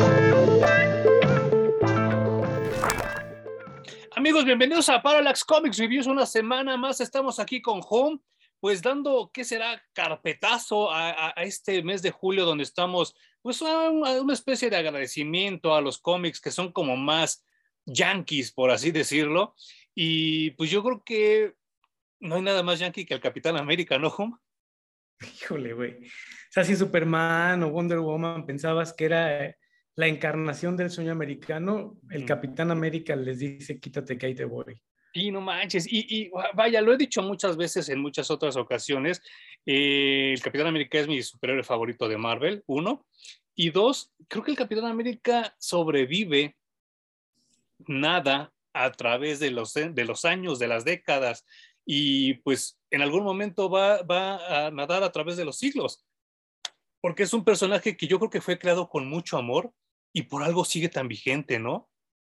Amigos, bienvenidos a Parallax Comics Reviews. Una semana más estamos aquí con Home, pues dando, ¿qué será? Carpetazo a este mes de julio, donde estamos, pues a una especie de agradecimiento a los cómics que son como más yankees, por así decirlo. Y pues yo creo que no hay nada más yankee que el Capitán América, ¿no, Home? Híjole, güey. O sea, si Superman o Wonder Woman pensabas que era la encarnación del sueño americano, el Capitán América les dice, quítate que ahí te voy. Y no manches, y vaya, lo he dicho muchas veces en muchas otras ocasiones, el Capitán América es mi superhéroe favorito de Marvel, uno, y dos, creo que el Capitán América sobrevive nada a través de los años, de las décadas, y pues en algún momento va a nadar a través de los siglos, porque es un personaje que yo creo que fue creado con mucho amor y por algo sigue tan vigente, ¿no?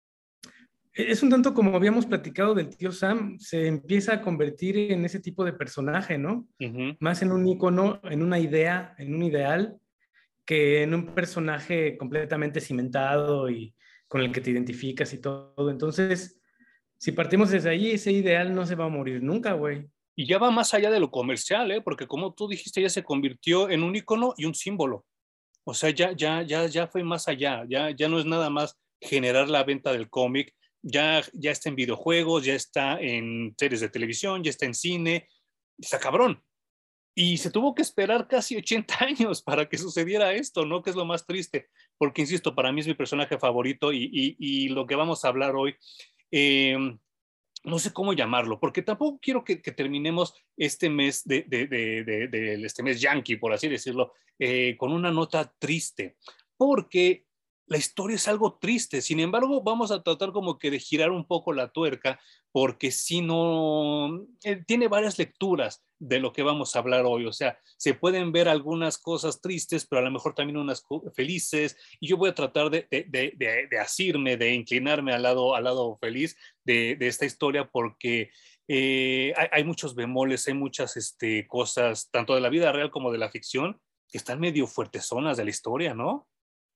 Es un tanto como habíamos platicado del tío Sam, se empieza a convertir en ese tipo de personaje, ¿no? Uh-huh. Más en un ícono, en una idea, en un ideal, que en un personaje completamente cimentado y con el que te identificas y todo. Entonces, si partimos desde ahí, ese ideal no se va a morir nunca, güey. Y ya va más allá de lo comercial, ¿eh? Porque como tú dijiste, ya se convirtió en un icono y un símbolo. O sea, ya fue más allá, ya no es nada más generar la venta del cómic, ya está en videojuegos, ya está en series de televisión, ya está en cine, está cabrón. Y se tuvo que esperar casi 80 años para que sucediera esto, ¿no? Que es lo más triste, porque insisto, para mí es mi personaje favorito y lo que vamos a hablar hoy, eh, no sé cómo llamarlo, porque tampoco quiero que terminemos este mes este mes yankee, por así decirlo, con una nota triste, porque la historia es algo triste. Sin embargo, vamos a tratar como que de girar un poco la tuerca, porque si no, tiene varias lecturas de lo que vamos a hablar hoy. O sea, se pueden ver algunas cosas tristes, pero a lo mejor también unas felices, y yo voy a tratar de asirme, de inclinarme al lado feliz de esta historia, porque hay muchos bemoles, hay muchas cosas, tanto de la vida real como de la ficción, que están medio fuertezonas de la historia, ¿no?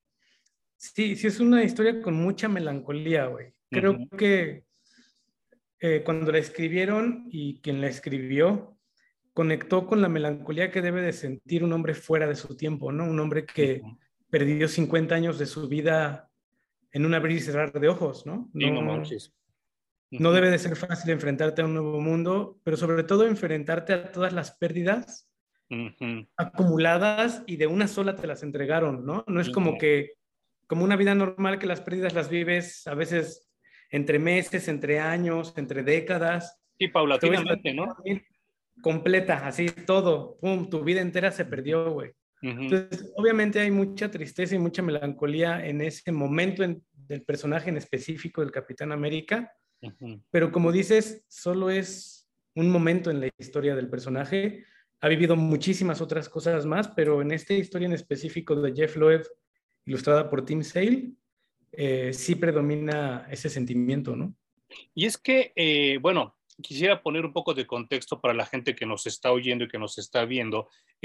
Sí, sí es una historia con mucha melancolía, güey. Creo Uh-huh. que cuando la escribieron y quien la escribió conectó con la melancolía que debe de sentir un hombre fuera de su tiempo, ¿no? Un hombre que Uh-huh. perdió 50 años de su vida en un abrir y cerrar de ojos, ¿no? Sí, no No, manches. no Uh-huh. debe de ser fácil enfrentarte a un nuevo mundo, pero sobre todo enfrentarte a todas las pérdidas Uh-huh. acumuladas y de una sola te las entregaron, ¿no? No es Sí, no. como que, como una vida normal que las pérdidas las vives a veces entre meses, entre años, entre décadas. Sí, Este güey se la paulatinamente, tuvo ¿no? que vivir completa, así todo, pum, tu vida entera se Uh-huh. perdió, güey. Uh-huh. Entonces, obviamente hay mucha tristeza y mucha melancolía en ese momento del personaje en específico del Capitán América, Uh-huh. pero como dices, solo es un momento en la historia del personaje. Ha vivido muchísimas otras cosas más, pero en esta historia en específico de Jeff Loeb, ilustrada por Tim Sale, sí predomina ese sentimiento, ¿no? Y es que, bueno, quisiera poner un poco de contexto para la gente que nos está oyendo y que nos está viendo.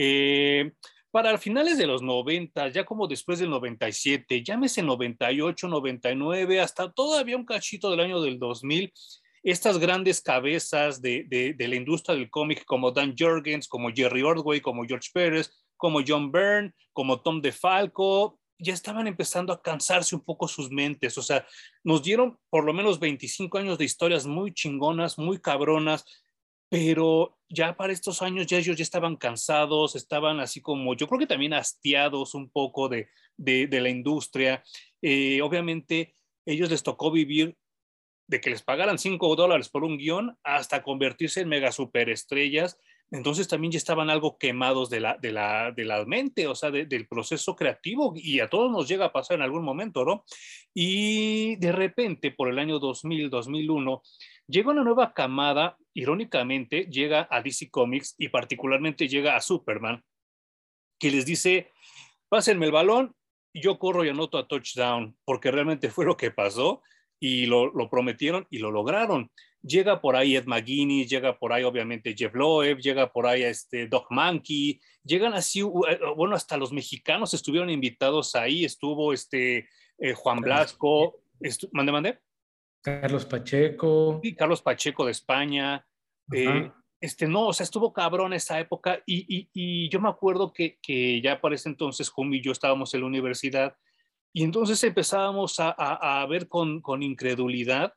Para finales de los 90, ya como después del 97, llámese 98, 99, hasta todavía un cachito del año del 2000, estas grandes cabezas de la industria del cómic como Dan Jurgens, como Jerry Ordway, como George Pérez, como John Byrne, como Tom DeFalco, ya estaban empezando a cansarse un poco sus mentes. O sea, nos dieron por lo menos 25 años de historias muy chingonas, muy cabronas, pero ya para estos años ya ellos ya estaban cansados, estaban así como, yo creo que también hastiados un poco de la industria. Obviamente, ellos les tocó vivir de que les pagaran $5 por un guión hasta convertirse en mega superestrellas. Entonces también ya estaban algo quemados de la mente, o sea, del proceso creativo, y a todos nos llega a pasar en algún momento, ¿no? Y de repente, por el año 2000, 2001, llega una nueva camada, irónicamente, llega a DC Comics y particularmente llega a Superman, que les dice, pásenme el balón, yo corro y anoto a touchdown, porque realmente fue lo que pasó y lo prometieron y lo lograron. Llega por ahí Ed McGuinness, llega por ahí obviamente Jeff Loeb, llega por ahí Doc Mankey, llegan así, bueno, hasta los mexicanos estuvieron invitados ahí, estuvo Juan Carlos, Blasco, mande. Carlos Pacheco. Sí, Carlos Pacheco de España. Ajá. No, o sea, estuvo cabrón esa época y yo me acuerdo que ya para ese entonces Jumi y yo estábamos en la universidad y entonces empezábamos a ver con incredulidad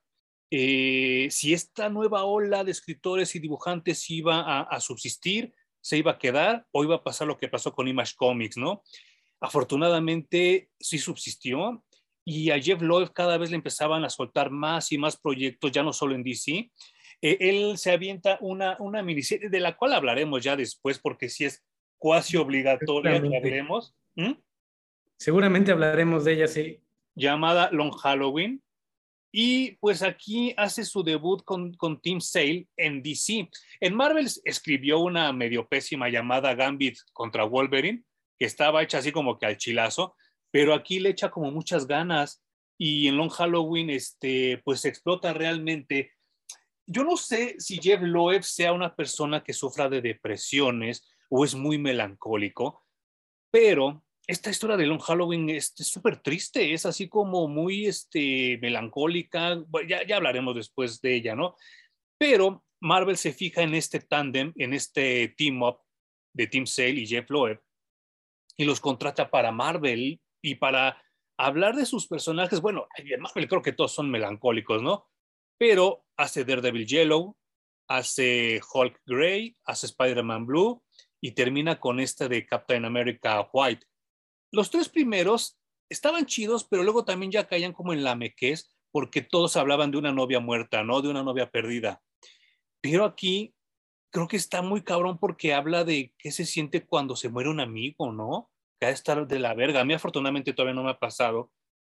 si esta nueva ola de escritores y dibujantes iba a subsistir, se iba a quedar o iba a pasar lo que pasó con Image Comics, ¿no? Afortunadamente sí subsistió y a Jeff Loeb cada vez le empezaban a soltar más y más proyectos, ya no solo en DC. Él se avienta una miniserie de la cual hablaremos ya después porque sí es cuasi obligatoria que Seguramente. hablemos. Seguramente hablaremos de ella, sí. Llamada Long Halloween. Y pues aquí hace su debut con Tim Sale en DC. En Marvel escribió una medio pésima llamada Gambit contra Wolverine, que estaba hecha así como que al chilazo, pero aquí le echa como muchas ganas y en Long Halloween pues explota realmente. Yo no sé si Jeff Loeb sea una persona que sufra de depresiones o es muy melancólico, pero esta historia de Long Halloween es súper triste, es así como muy melancólica. Bueno, ya hablaremos después de ella, ¿no? Pero Marvel se fija en este tándem, en este team-up de Tim Sale y Jeff Loeb y los contrata para Marvel y para hablar de sus personajes. Bueno, en Marvel creo que todos son melancólicos, ¿no? Pero hace Daredevil Yellow, hace Hulk Grey, hace Spider-Man Blue y termina con esta de Captain America White. Los tres primeros estaban chidos, pero luego también ya caían como en la mequez porque todos hablaban de una novia muerta, ¿no? De una novia perdida. Pero aquí creo que está muy cabrón porque habla de qué se siente cuando se muere un amigo, ¿no? Que ha de estar de la verga. A mí afortunadamente todavía no me ha pasado,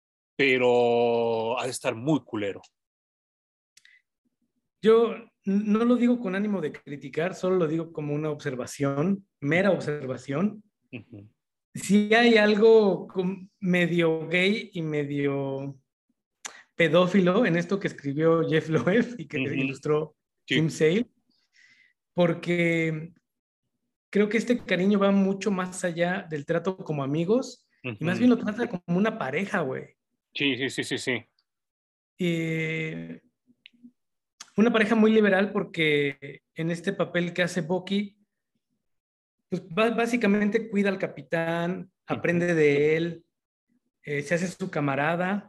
pero ha de estar muy culero. Yo no lo digo con ánimo de criticar, solo lo digo como una observación, mera observación. Uh -huh. Sí hay algo medio gay y medio pedófilo en esto que escribió Jeff Loeb y que Uh -huh. ilustró Sí. Tim Sale, porque creo que este cariño va mucho más allá del trato como amigos Uh y más -huh. bien lo trata como una pareja, güey. Sí, sí, sí, sí, sí. Una pareja muy liberal porque en este papel que hace Bucky, pues básicamente cuida al capitán, Uh -huh. aprende de él, se hace su camarada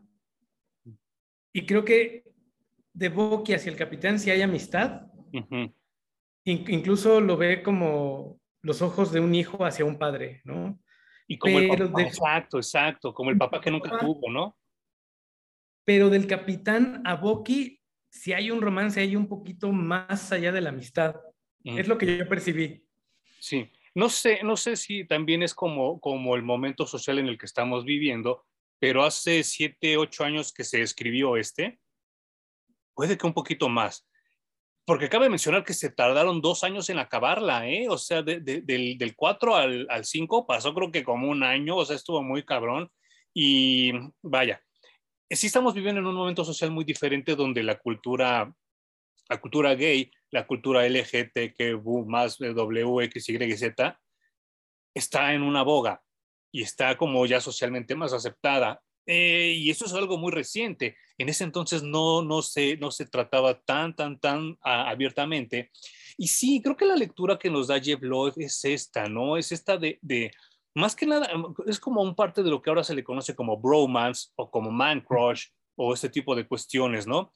y creo que de Bucky hacia el capitán sí hay amistad, Uh -huh. incluso lo ve como los ojos de un hijo hacia un padre, ¿no? Y como el Pero, papá, exacto, exacto, como el papá que nunca tuvo, ¿no? pero del capitán a Bucky sí hay un romance, hay un poquito más allá de la amistad. Uh Es lo -huh. que yo percibí. Sí, no sé si también es como el momento social en el que estamos viviendo, pero hace 7, 8 años que se escribió puede que un poquito más, porque cabe mencionar que se tardaron 2 años en acabarla, ¿eh? O sea, del 4 al 5 pasó creo que como un año, o sea, estuvo muy cabrón y vaya, sí estamos viviendo en un momento social muy diferente donde la cultura gay, la cultura LGTQ más W, X, Y, Z, está en una boga y está como ya socialmente más aceptada. Y eso es algo muy reciente. En ese entonces no se trataba tan abiertamente. Y sí, creo que la lectura que nos da Jeff Loeb es esta, ¿no? Es esta más que nada, es como un parte de lo que ahora se le conoce como bromance o como man crush o este tipo de cuestiones, ¿no?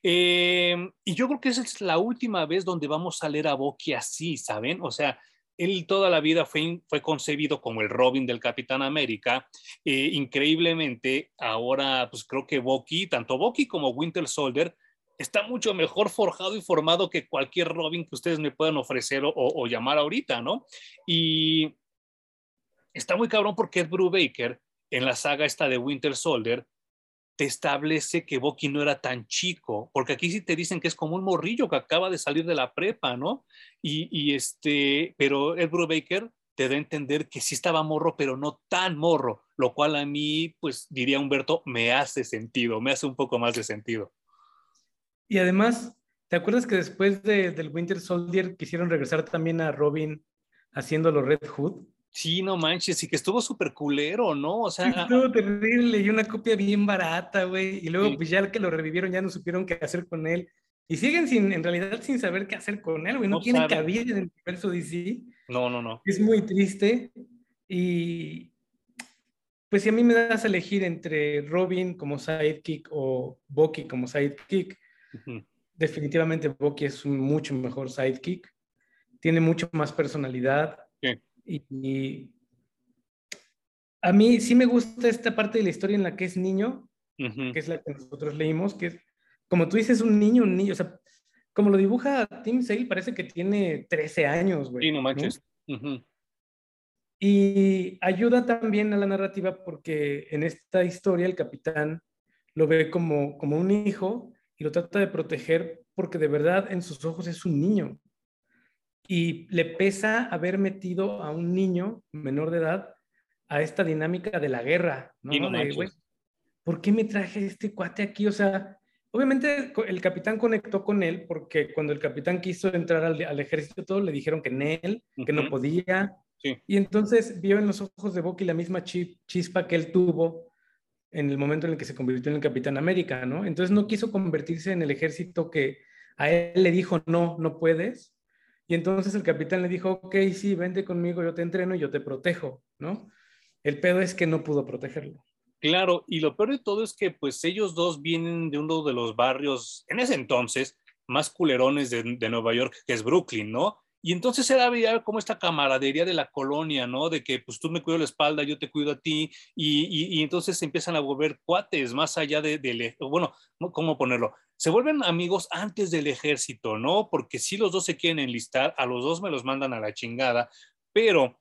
Y yo creo que esa es la última vez donde vamos a leer a Bucky así, ¿saben? O sea, él toda la vida fue concebido como el Robin del Capitán América. Increíblemente, ahora pues creo que tanto Bucky como Winter Soldier, está mucho mejor forjado y formado que cualquier Robin que ustedes me puedan ofrecer o llamar ahorita, ¿no? Y está muy cabrón porque Ed Brubaker, en la saga esta de Winter Soldier, te establece que Bucky no era tan chico, porque aquí sí te dicen que es como un morrillo que acaba de salir de la prepa, ¿no? Pero Ed Brubaker te da a entender que sí estaba morro, pero no tan morro, lo cual a mí, pues diría Humberto, me hace sentido, me hace un poco más de sentido. Y además, ¿te acuerdas que después del Winter Soldier quisieron regresar también a Robin haciéndolo Red Hood? Sí, no manches, y que estuvo súper culero, ¿no? O sea, Estuvo terrible y una copia bien barata, güey. Y luego, sí, pues ya que lo revivieron, ya no supieron qué hacer con él. Y siguen en realidad, sin saber qué hacer con él, güey. no No tiene saben. cabida en el universo DC. No, no, no. Es muy triste. Y pues si a mí me das a elegir entre Robin como sidekick o Bucky como sidekick, Ujú. definitivamente Bucky es un mucho mejor sidekick. Tiene mucho más personalidad. Sí. Y a mí sí me gusta esta parte de la historia en la que es niño, Ujú. que es la que nosotros leímos, que es, como tú dices, un niño, o sea, como lo dibuja Tim Sale, parece que tiene 13 años, Sí, güey, no ¿no? manches. Ujú. Y ayuda también a la narrativa porque en esta historia el capitán lo ve como un hijo y lo trata de proteger porque de verdad en sus ojos es un niño. Y le pesa haber metido a un niño menor de edad a esta dinámica de la guerra, Sí, no ¿no? De, güey, manches. ¿por qué me traje este cuate aquí? O sea, obviamente el capitán conectó con él porque cuando el capitán quiso entrar al ejército, todos le dijeron que en él, que no Ujú. podía. Sí, Y entonces vio en los ojos de Bucky la misma chispa que él tuvo en el momento en el que se convirtió en el Capitán América, ¿no? Entonces no quiso convertirse en el ejército que a él le dijo, no, no puedes. Y entonces el capitán le dijo, ok, sí, vente conmigo, yo te entreno y yo te protejo, ¿no? El pedo es que no pudo protegerlo. claro. Y lo peor de todo es que pues ellos dos vienen de uno de los barrios, en ese entonces, más culerones de Nueva York, que es Brooklyn, ¿no? Y entonces era había como esta camaradería de la colonia, ¿no? De que pues tú me cuido la espalda, yo te cuido a ti, y entonces se empiezan a volver cuates más allá bueno, ¿cómo ponerlo? Se vuelven amigos antes del ejército, ¿no? Porque si los dos se quieren enlistar, a los dos me los mandan a la chingada, pero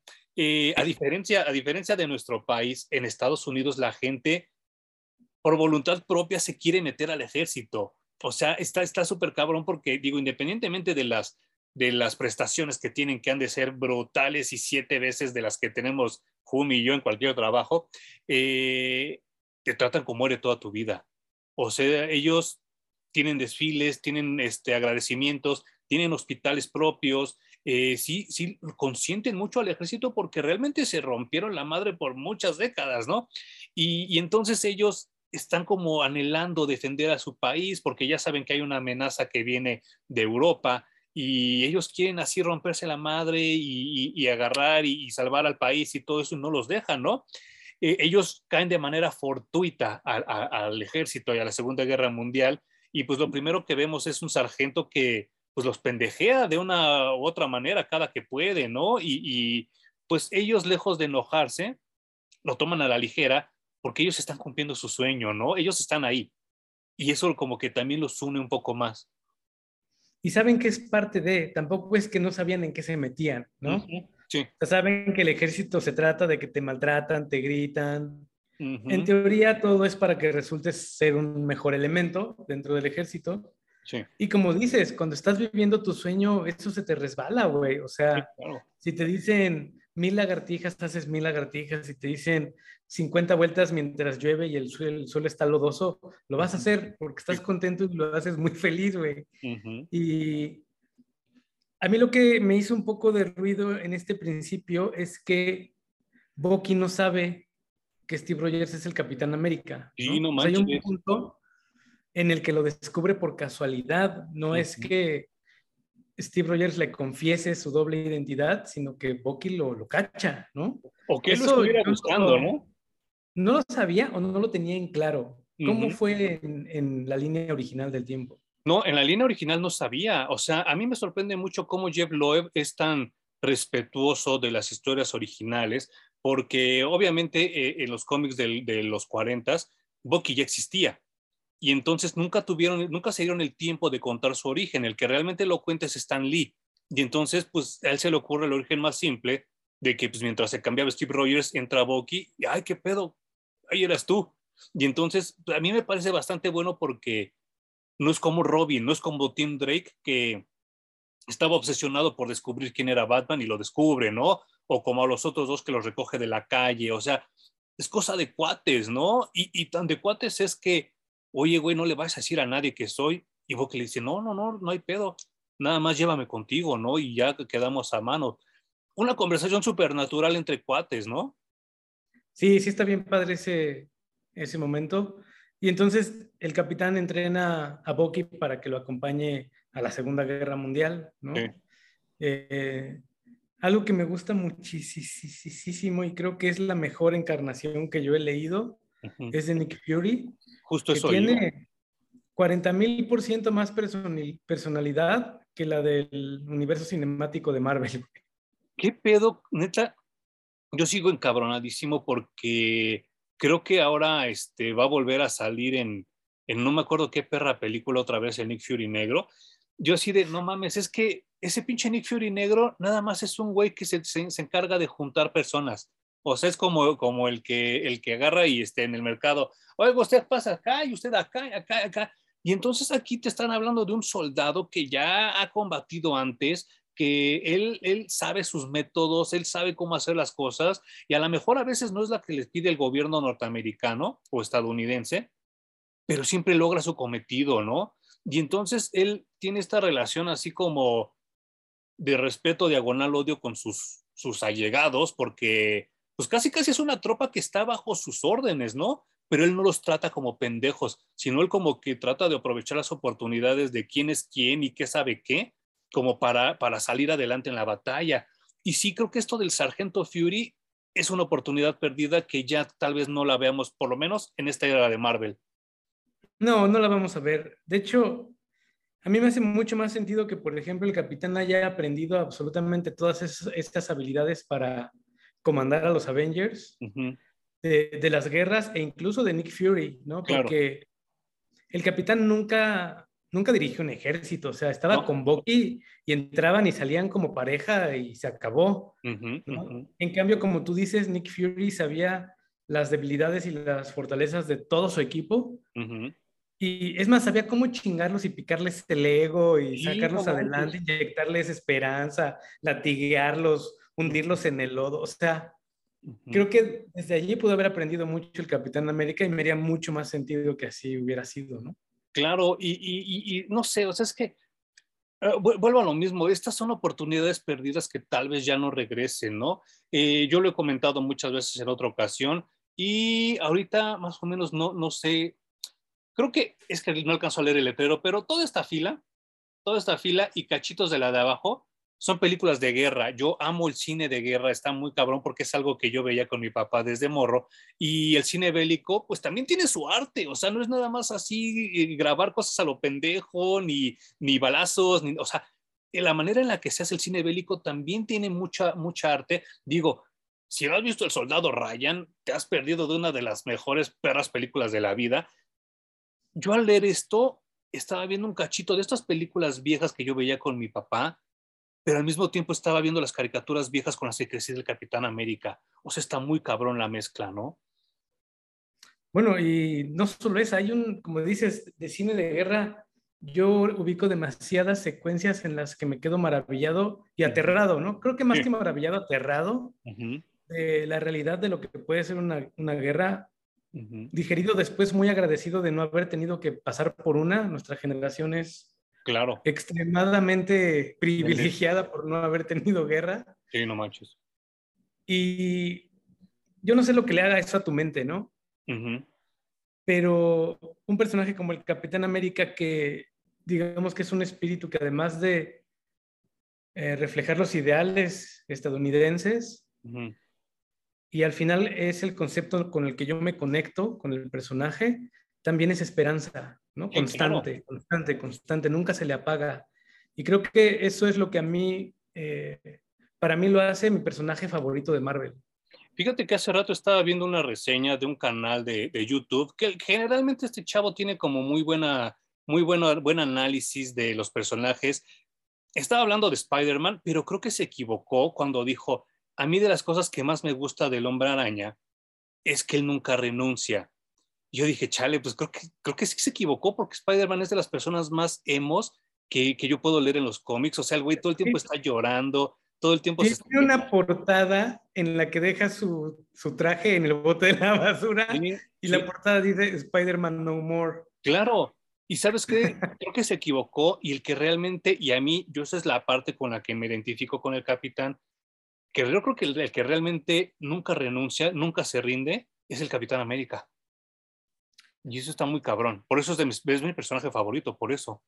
a diferencia de nuestro país, en Estados Unidos la gente por voluntad propia se quiere meter al ejército. O sea, está súper cabrón porque, digo, independientemente de las prestaciones que tienen, que han de ser brutales y 7 veces de las que tenemos Jumi y yo en cualquier trabajo, eh, te tratan como eres toda tu vida. O sea, ellos tienen desfiles, tienen agradecimientos, tienen hospitales propios, sí, sí, consienten mucho al ejército porque realmente se rompieron la madre por muchas décadas, ¿no? Y entonces ellos están como anhelando defender a su país porque ya saben que hay una amenaza que viene de Europa y ellos quieren así romperse la madre y agarrar y salvar al país y todo eso y no los dejan, ¿no? Ellos caen de manera fortuita al ejército y a la Segunda Guerra Mundial y pues lo primero que vemos es un sargento que pues los pendejea de una u otra manera cada que puede, ¿no? Pues ellos lejos de enojarse, lo toman a la ligera porque ellos están cumpliendo su sueño, ¿no? Ellos están ahí y eso como que también los une un poco más. Y saben que es parte de, tampoco es que no sabían en qué se metían, Uh ¿no? -huh. Sí. O sea, saben que el ejército se trata de que te maltratan, te gritan. Uh En -huh. teoría, todo es para que resultes ser un mejor elemento dentro del ejército. Sí, Y como dices, cuando estás viviendo tu sueño, eso se te resbala, güey. O sí, sea, claro. si te dicen 1000 lagartijas, haces 1000 lagartijas. Si te dicen 50 vueltas mientras llueve y el suelo está lodoso, lo Uh vas a -huh. hacer porque estás Sí. contento y lo haces muy feliz, güey. Uh -huh. Y a mí lo que me hizo un poco de ruido en este principio es que Bucky no sabe que Steve Rogers es el Capitán América, Sí, ¿no? no O sea, hay un manches. punto en el que lo descubre por casualidad. No Uh es -huh. que Steve Rogers le confiese su doble identidad, sino que Bucky lo cacha, ¿no? O que él lo Eso estuviera yo buscando, ¿no? no lo sabía o no lo tenía en claro. Uh ¿Cómo -huh. fue en la línea original del tiempo? No, en la línea original no sabía. O sea, a mí me sorprende mucho cómo Jeff Loeb es tan respetuoso de las historias originales, porque obviamente en los cómics de los 40 Bucky ya existía. Y entonces nunca se dieron el tiempo de contar su origen. El que realmente lo cuenta es Stan Lee. Y entonces, pues, a él se le ocurre el origen más simple de que, pues, mientras se cambiaba Steve Rogers, entra Bucky y, ay, qué pedo, ahí eras tú. Y entonces, a mí me parece bastante bueno porque no es como Robin, no es como Tim Drake, que estaba obsesionado por descubrir quién era Batman y lo descubre, ¿no? O como a los otros dos que los recoge de la calle, o sea, es cosa de cuates, ¿no? Y tan de cuates es que, oye, güey, no le vas a decir a nadie que soy. Y Bucky le dice, no, no, no, no hay pedo, nada más llévame contigo, ¿no? Y ya quedamos a mano. una conversación supernatural entre cuates, ¿no? Sí, sí está bien padre ese momento. Y entonces el capitán entrena a Bucky para que lo acompañe a la Segunda Guerra Mundial, Sí. ¿no? Eh, Algo que me gusta muchísimo y creo que es la mejor encarnación que yo he leído Uh-huh. es de Nick Fury, Justo que eso iba. tiene 40,000% más personalidad que la del universo cinemático de Marvel. ¿Qué pedo? Neta, yo sigo encabronadísimo porque creo que ahora va a volver a salir en no me acuerdo qué perra película otra vez, el Nick Fury negro. Yo así de, no mames, es que ese pinche Nick Fury negro nada más es un güey que se encarga de juntar personas. O sea, es como el que agarra y en el mercado, oiga, usted pasa acá y usted acá, acá, acá. Y entonces aquí te están hablando de un soldado que ya ha combatido antes, que él sabe sus métodos, él sabe cómo hacer las cosas, y a lo mejor a veces no es la que les pide el gobierno norteamericano o estadounidense, pero siempre logra su cometido, ¿no? Y entonces él tiene esta relación así como de respeto diagonal odio con sus allegados, porque pues casi casi es una tropa que está bajo sus órdenes, ¿no? Pero él no los trata como pendejos, sino él como que trata de aprovechar las oportunidades de quién es quién y qué sabe qué, como para salir adelante en la batalla. Y sí creo que esto del Sargento Fury es una oportunidad perdida que ya tal vez no la veamos, por lo menos en esta era de Marvel. No, no la vamos a ver. De hecho, a mí me hace mucho más sentido que, por ejemplo, el capitán haya aprendido absolutamente todas estas habilidades para comandar a los Avengers, Ujú, de las guerras e incluso de Nick Fury, ¿no? claro, Porque el capitán nunca dirigió un ejército, o sea, estaba ¿no? con Bucky y entraban y salían como pareja y se acabó, Ujú, ¿no? ujú, En cambio, como tú dices, Nick Fury sabía las debilidades y las fortalezas de todo su equipo ujú. y es más, sabía cómo chingarlos y picarles el ego y Sí, no sacarlos adelante, manches. inyectarles esperanza, latiguearlos, hundirlos en el lodo, o sea, Ujú. creo que desde allí pudo haber aprendido mucho el Capitán América y me haría mucho más sentido que así hubiera sido, ¿no? Claro, y no sé, o sea, es que vuelvo a lo mismo, estas son oportunidades perdidas que tal vez ya no regresen, ¿no? Yo lo he comentado muchas veces en otra ocasión y ahorita más o menos no sé, creo que es que no alcanzo a leer el letrero, pero toda esta fila y cachitos de la de abajo son películas de guerra. Yo amo el cine de guerra, está muy cabrón porque es algo que yo veía con mi papá desde morro. Y el cine bélico, pues también tiene su arte, o sea, no es nada más así grabar cosas a lo pendejo, ni balazos, o sea, la manera en la que se hace el cine bélico también tiene mucha arte. Digo, si no has visto El Soldado Ryan, te has perdido de una de las mejores perras películas de la vida. Yo al leer esto estaba viendo un cachito de estas películas viejas que yo veía con mi papá, pero al mismo tiempo estaba viendo las caricaturas viejas con las que crecí del Capitán América. O sea, está muy cabrón la mezcla, ¿no? Bueno, y no solo eso, hay como dices, de cine de guerra, yo ubico demasiadas secuencias en las que me quedo maravillado y Uh-huh. aterrado, ¿no? Creo que más Sí. que maravillado, aterrado Uh-huh. de la realidad de lo que puede ser una guerra, Uh-huh. digerido después, muy agradecido de no haber tenido que pasar por una. Nuestra generación es Claro. extremadamente Bendito. privilegiada por no haber tenido guerra. Sí, no manches. Y yo no sé lo que le haga eso a tu mente, ¿no? Uh-huh. Pero un personaje como el Capitán América que digamos que es un espíritu que además de reflejar los ideales estadounidenses Uh-huh. y al final es el concepto con el que yo me conecto con el personaje, también es esperanza, ¿no? Sí, claro. Constante, constante, constante, nunca se le apaga. Y creo que eso es lo que a mí, para mí lo hace mi personaje favorito de Marvel. Fíjate que hace rato estaba viendo una reseña de un canal de YouTube que generalmente este chavo tiene como buen análisis de los personajes. Estaba hablando de Spider-Man, pero creo que se equivocó cuando dijo, a mí de las cosas que más me gusta del Hombre Araña es que él nunca renuncia. Yo dije, chale, pues creo que sí se equivocó porque Spider-Man es de las personas más emos que yo puedo leer en los cómics. O sea, el güey todo el tiempo está llorando, todo el tiempo se Tiene está... una portada en la que deja su traje en el bote de la basura Sí, y la sí, portada dice Spider-Man No More. claro. Y sabes qué, creo que se equivocó y el que realmente, y a mí, yo esa es la parte con la que me identifico con el capitán, que yo creo que el que realmente nunca renuncia, nunca se rinde, es el Capitán América. Y eso está muy cabrón. Por eso es mi personaje favorito, por eso.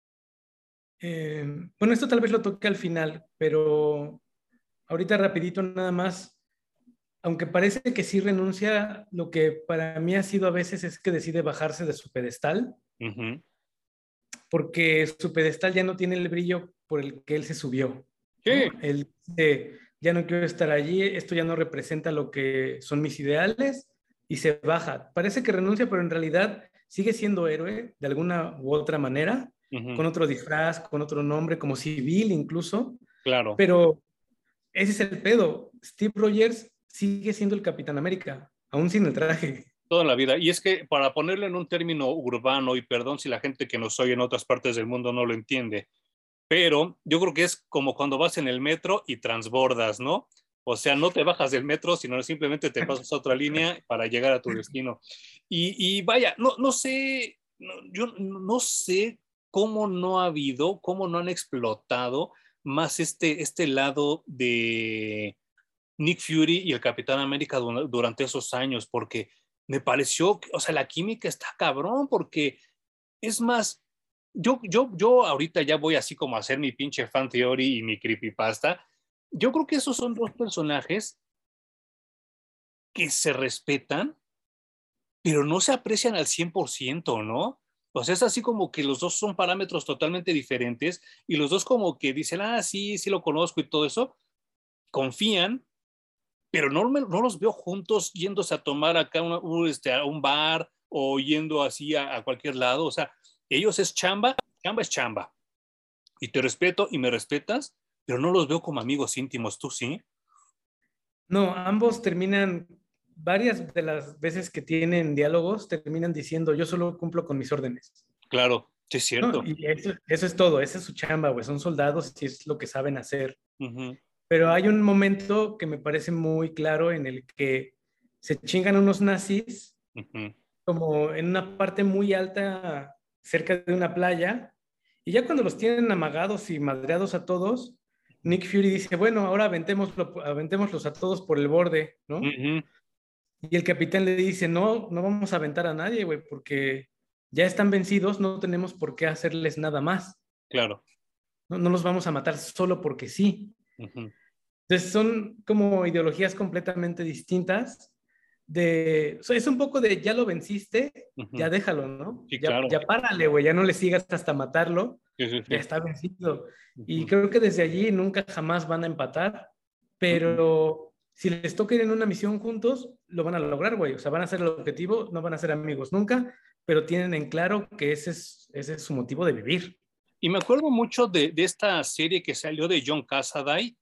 Bueno, esto tal vez lo toque al final, pero ahorita rapidito nada más, aunque parece que sí renuncia, lo que para mí ha sido a veces es que decide bajarse de su pedestal, Ujú. porque su pedestal ya no tiene el brillo por el que él se subió, Sí, ¿no? Él dice, ya no quiero estar allí, esto ya no representa lo que son mis ideales, y se baja. Parece que renuncia, pero en realidad sigue siendo héroe de alguna u otra manera, ujú, con otro disfraz, con otro nombre, como civil incluso, claro. pero ese es el pedo. Steve Rogers sigue siendo el Capitán América, aún sin el traje. Toda la vida. Y es que para ponerlo en un término urbano, y perdón si la gente que nos oye en otras partes del mundo no lo entiende, pero yo creo que es como cuando vas en el metro y transbordas, ¿no? O sea, no te bajas del metro, sino simplemente te pasas a otra línea para llegar a tu destino. Y vaya, no sé, yo no sé cómo no ha habido, cómo no han explotado más este lado de Nick Fury y el Capitán América durante esos años, porque me pareció, o sea, la química está cabrón, porque es más, yo ahorita ya voy así como a hacer mi pinche fan theory y mi creepypasta. Yo creo que esos son dos personajes que se respetan, pero no se aprecian al 100%, ¿no? O sea, es así como que los dos son parámetros totalmente diferentes y los dos como que dicen, ah, sí, sí lo conozco y todo eso, confían, pero no los veo juntos yéndose a tomar acá a un bar o yendo así a cualquier lado. O sea, ellos es chamba, chamba es chamba. Y te respeto y me respetas, pero no los veo como amigos íntimos, ¿tú sí? No, ambos terminan, varias de las veces que tienen diálogos, terminan diciendo, yo solo cumplo con mis órdenes. Claro, sí es No, cierto. y eso es todo, esa es su chamba, güey, son soldados y es lo que saben hacer. Ujú, Pero hay un momento que me parece muy claro en el que se chingan unos nazis ujú, como en una parte muy alta cerca de una playa, y ya cuando los tienen amagados y madreados a todos, Nick Fury dice, bueno, ahora aventémoslos a todos por el borde, ¿no? ujú, Y el capitán le dice, no, no vamos a aventar a nadie, güey, porque ya están vencidos, no tenemos por qué hacerles nada más, claro. no, no los vamos a matar solo porque sí. Ujú, Entonces son como ideologías completamente distintas de, o sea, es un poco de ya lo venciste, ya ujú. déjalo, ¿no? Sí, Ya, claro. ya párale, güey, ya no le sigas hasta matarlo, Sí, sí, ya sí. está vencido. Y Ujú, creo que desde allí nunca jamás van a empatar, ujú. pero si les toca ir en una misión juntos, lo van a lograr, güey. O sea, van a ser el objetivo, no van a ser amigos nunca, pero tienen en claro que ese es su motivo de vivir. Y me acuerdo mucho de esta serie que salió de John Cassaday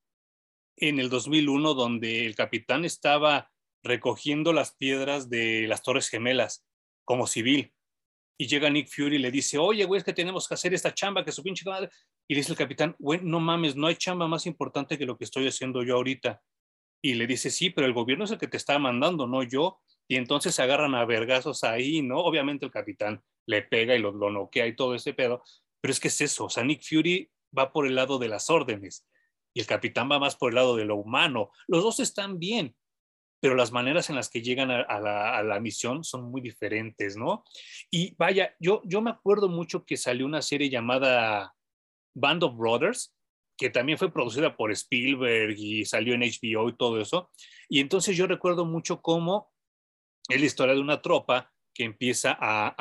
en el 2001, donde el capitán estaba recogiendo las piedras de las Torres Gemelas como civil. Y llega Nick Fury y le dice, oye, güey, es que tenemos que hacer esta chamba, que su pinche madre. Y le dice el capitán, güey, no mames, no hay chamba más importante que lo que estoy haciendo yo ahorita. Y le dice, sí, pero el gobierno es el que te está mandando, no yo. Y entonces se agarran a vergazos ahí, ¿no? Obviamente el capitán le pega y lo noquea y todo ese pedo. Pero es que es eso, o sea, Nick Fury va por el lado de las órdenes y el capitán va más por el lado de lo humano. Los dos están bien, pero las maneras en las que llegan a la misión son muy diferentes, ¿no? Y vaya, yo me acuerdo mucho que salió una serie llamada Band of Brothers, que también fue producida por Spielberg y salió en HBO y todo eso. Y entonces yo recuerdo mucho cómo es la historia de una tropa que empieza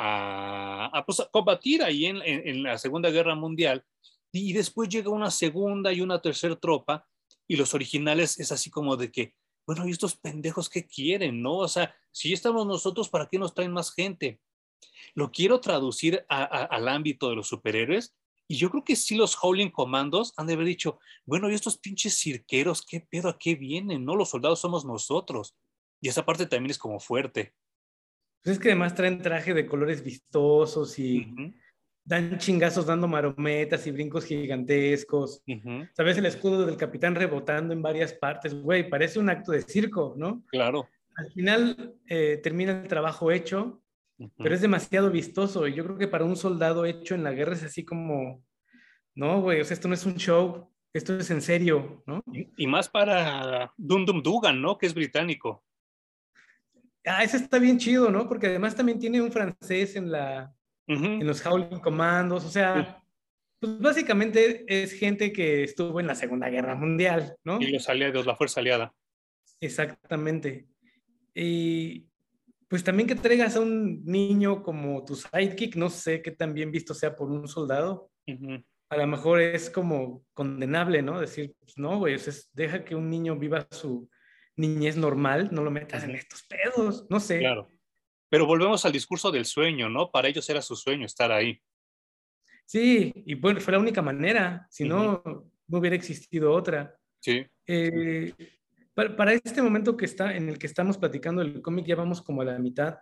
pues, a combatir ahí en la Segunda Guerra Mundial y después llega una segunda y una tercera tropa y los originales es así como de que, bueno, ¿y estos pendejos qué quieren, no? O sea, si ya estamos nosotros, ¿para qué nos traen más gente? Lo quiero traducir al ámbito de los superhéroes y yo creo que sí los Howling Commandos han de haber dicho, bueno, y estos pinches cirqueros, ¿qué pedo? ¿A qué vienen? No, los soldados somos nosotros. Y esa parte también es como fuerte. Pues es que además traen traje de colores vistosos Uh y -huh, dan chingazos dando marometas y brincos gigantescos. uh -huh, ¿Sabes? El escudo del capitán rebotando en varias partes, güey, parece un acto de circo, ¿no? claro. Al final termina el trabajo hecho, Uh pero -huh, es demasiado vistoso y yo creo que para un soldado hecho en la guerra es así como, no, güey, o sea, esto no es un show, esto es en serio, ¿no? Y más para Dum Dugan, ¿no? Que es británico. Ese está bien chido, ¿no? Porque además también tiene un francés en Uh-huh. los Howling Commandos, o sea, pues básicamente es gente que estuvo en la Segunda Guerra Mundial, Y ¿no? los aliados, la fuerza aliada. Exactamente. Y pues también que traigas a un niño como tu sidekick, no sé qué tan bien visto sea por un soldado. Uh-huh. A lo mejor es como condenable, ¿no? Decir, pues no, güey, o sea, deja que un niño viva su niñez normal, no lo metas en Uh-huh. estos pedos, no sé. Claro. Pero volvemos al discurso del sueño, ¿no? Para ellos era su sueño estar ahí. Sí, y bueno, fue la única manera, si Uh-huh. no, no hubiera existido otra. Sí. Eh, para este momento que está, en el que estamos platicando el cómic, ya vamos como a la mitad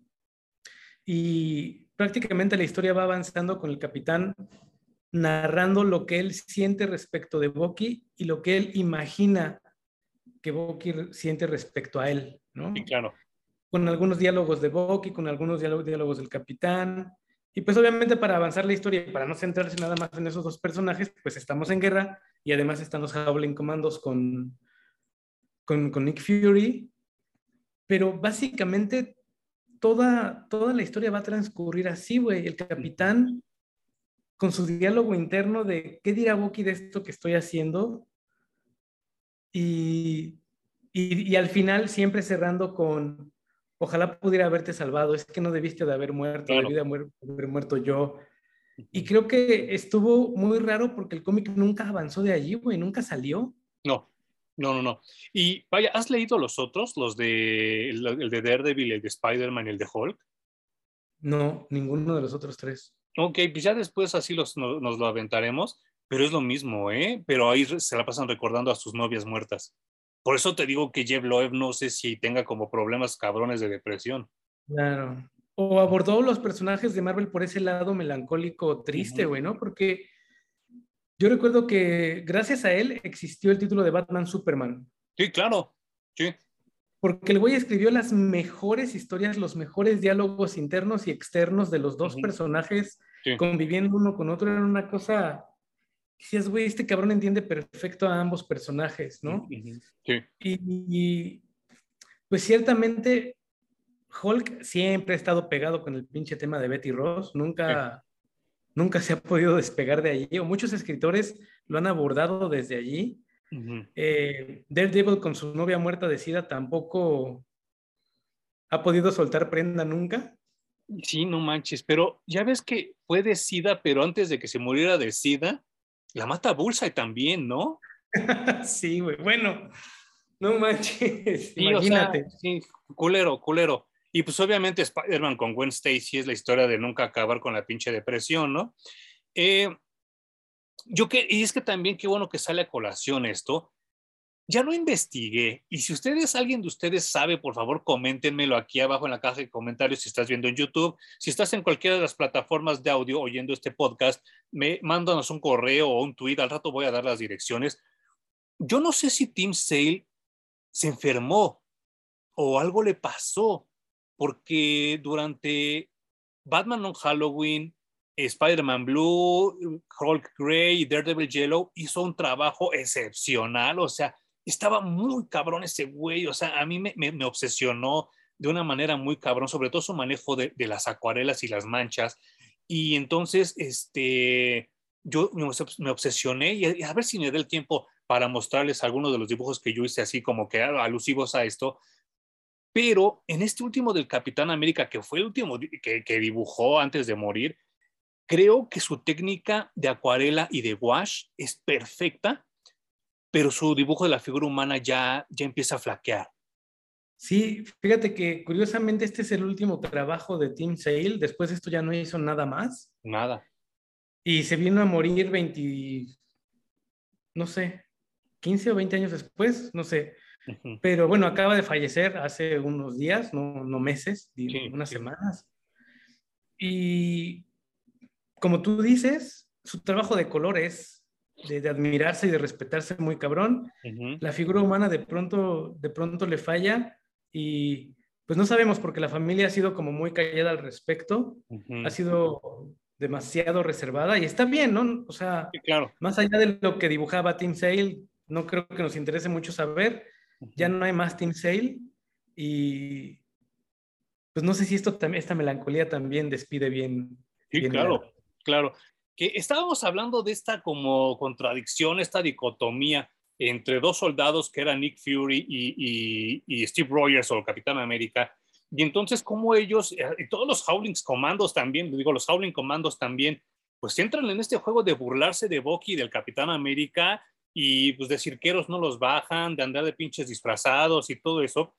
y prácticamente la historia va avanzando con el capitán narrando lo que él siente respecto de Bucky y lo que él imagina que Bucky siente respecto a él, Sí, ¿no? claro. Con algunos diálogos de Bucky, con algunos diálogos del capitán. Y pues obviamente para avanzar la historia y para no centrarse nada más en esos dos personajes, pues estamos en guerra y además están los Howling Commandos con Nick Fury. Pero básicamente toda la historia va a transcurrir así, güey. El Uh-huh. capitán con su diálogo interno de qué dirá Bucky de esto que estoy haciendo y, y al final siempre cerrando con ojalá pudiera haberte salvado, es que no debiste de haber muerto, Claro. debí de haber muerto yo. Y Uh-huh. creo que estuvo muy raro porque el cómic nunca avanzó de allí, güey, nunca salió. No, no, no, no. Y vaya, ¿has leído los otros? Los de el de Daredevil, el de Spider-Man y el de Hulk. No, ninguno de los otros tres. Ok, pues ya después así nos lo aventaremos, pero es lo mismo, ¿eh? Pero ahí se la pasan recordando a sus novias muertas. Por eso te digo que Jeff Loeb no sé si tenga como problemas cabrones de depresión. Claro. O abordó los personajes de Marvel por ese lado melancólico, triste, Uh-huh. güey, ¿no? Porque yo recuerdo que gracias a él existió el título de Batman Superman. Sí, claro. Sí, Porque el güey escribió las mejores historias, los mejores diálogos internos y externos de los dos uh-huh. personajes Sí, conviviendo uno con otro. Era una cosa, decías, güey, este cabrón entiende perfecto a ambos personajes, ¿no? uh-huh. Sí, Y pues ciertamente Hulk siempre ha estado pegado con el pinche tema de Betty Ross, sí. nunca se ha podido despegar de allí, o muchos escritores lo han abordado desde allí. Uh-huh. Daredevil con su novia muerta de SIDA tampoco ha podido soltar prenda nunca. Sí, no manches, pero ya ves que fue de SIDA, pero antes de que se muriera de SIDA, la mata Bullseye también, ¿no? Sí, güey. Bueno, no manches, Sí, o sea, imagínate. sí, culero, culero. Y pues obviamente Spider-Man con Gwen Stacy es la historia de nunca acabar con la pinche depresión, ¿no? Eh, y es que también qué bueno que sale a colación esto. Ya lo investigué y si alguien de ustedes sabe, por favor, coméntenmelo aquí abajo en la caja de comentarios si estás viendo en YouTube, si estás en cualquiera de las plataformas de audio oyendo este podcast, mándanos un correo o un tweet, al rato voy a dar las direcciones. Yo no sé si Tim Sale se enfermó o algo le pasó, porque durante Batman on Halloween, Spider-Man Blue, Hulk Grey y Daredevil Yellow hizo un trabajo excepcional, o sea, estaba muy cabrón ese güey, o sea, a mí me obsesionó de una manera muy cabrón, sobre todo su manejo de las acuarelas y las manchas, y entonces, yo me obsesioné y a ver si me da el tiempo para mostrarles algunos de los dibujos que yo hice así como que alusivos a esto, pero en este último del Capitán América, que fue el último que dibujó antes de morir, creo que su técnica de acuarela y de wash es perfecta, pero su dibujo de la figura humana ya empieza a flaquear. Sí, fíjate que curiosamente este es el último trabajo de Tim Sale. Después de esto ya no hizo nada más. Nada. Y se vino a morir 20, no sé, 15 o 20 años después, no sé. Uh-huh. Pero bueno, acaba de fallecer hace unos días, no meses, Sí, unas sí. semanas. Y como tú dices, su trabajo de color es de admirarse y de respetarse muy cabrón. Uh-huh. La figura humana de pronto le falla y pues no sabemos porque la familia ha sido como muy callada al respecto. Ha Uh-huh. sido demasiado reservada y está bien, ¿no? O sea, Sí, claro. más allá de lo que dibujaba Tim Sale, no creo que nos interese mucho saber. Ya no hay más Tim Sale y pues no sé si esta melancolía también despide bien, Sí, bien hilado. claro, claro. Que estábamos hablando de esta como contradicción, esta dicotomía entre dos soldados que eran Nick Fury y Steve Rogers o el Capitán América. Y entonces, como ellos, y todos los Howling Commandos también, digo, los Howling Commandos también, pues entran en este juego de burlarse de Bucky y del Capitán América y pues de cirqueros no los bajan, de andar de pinches disfrazados y todo eso.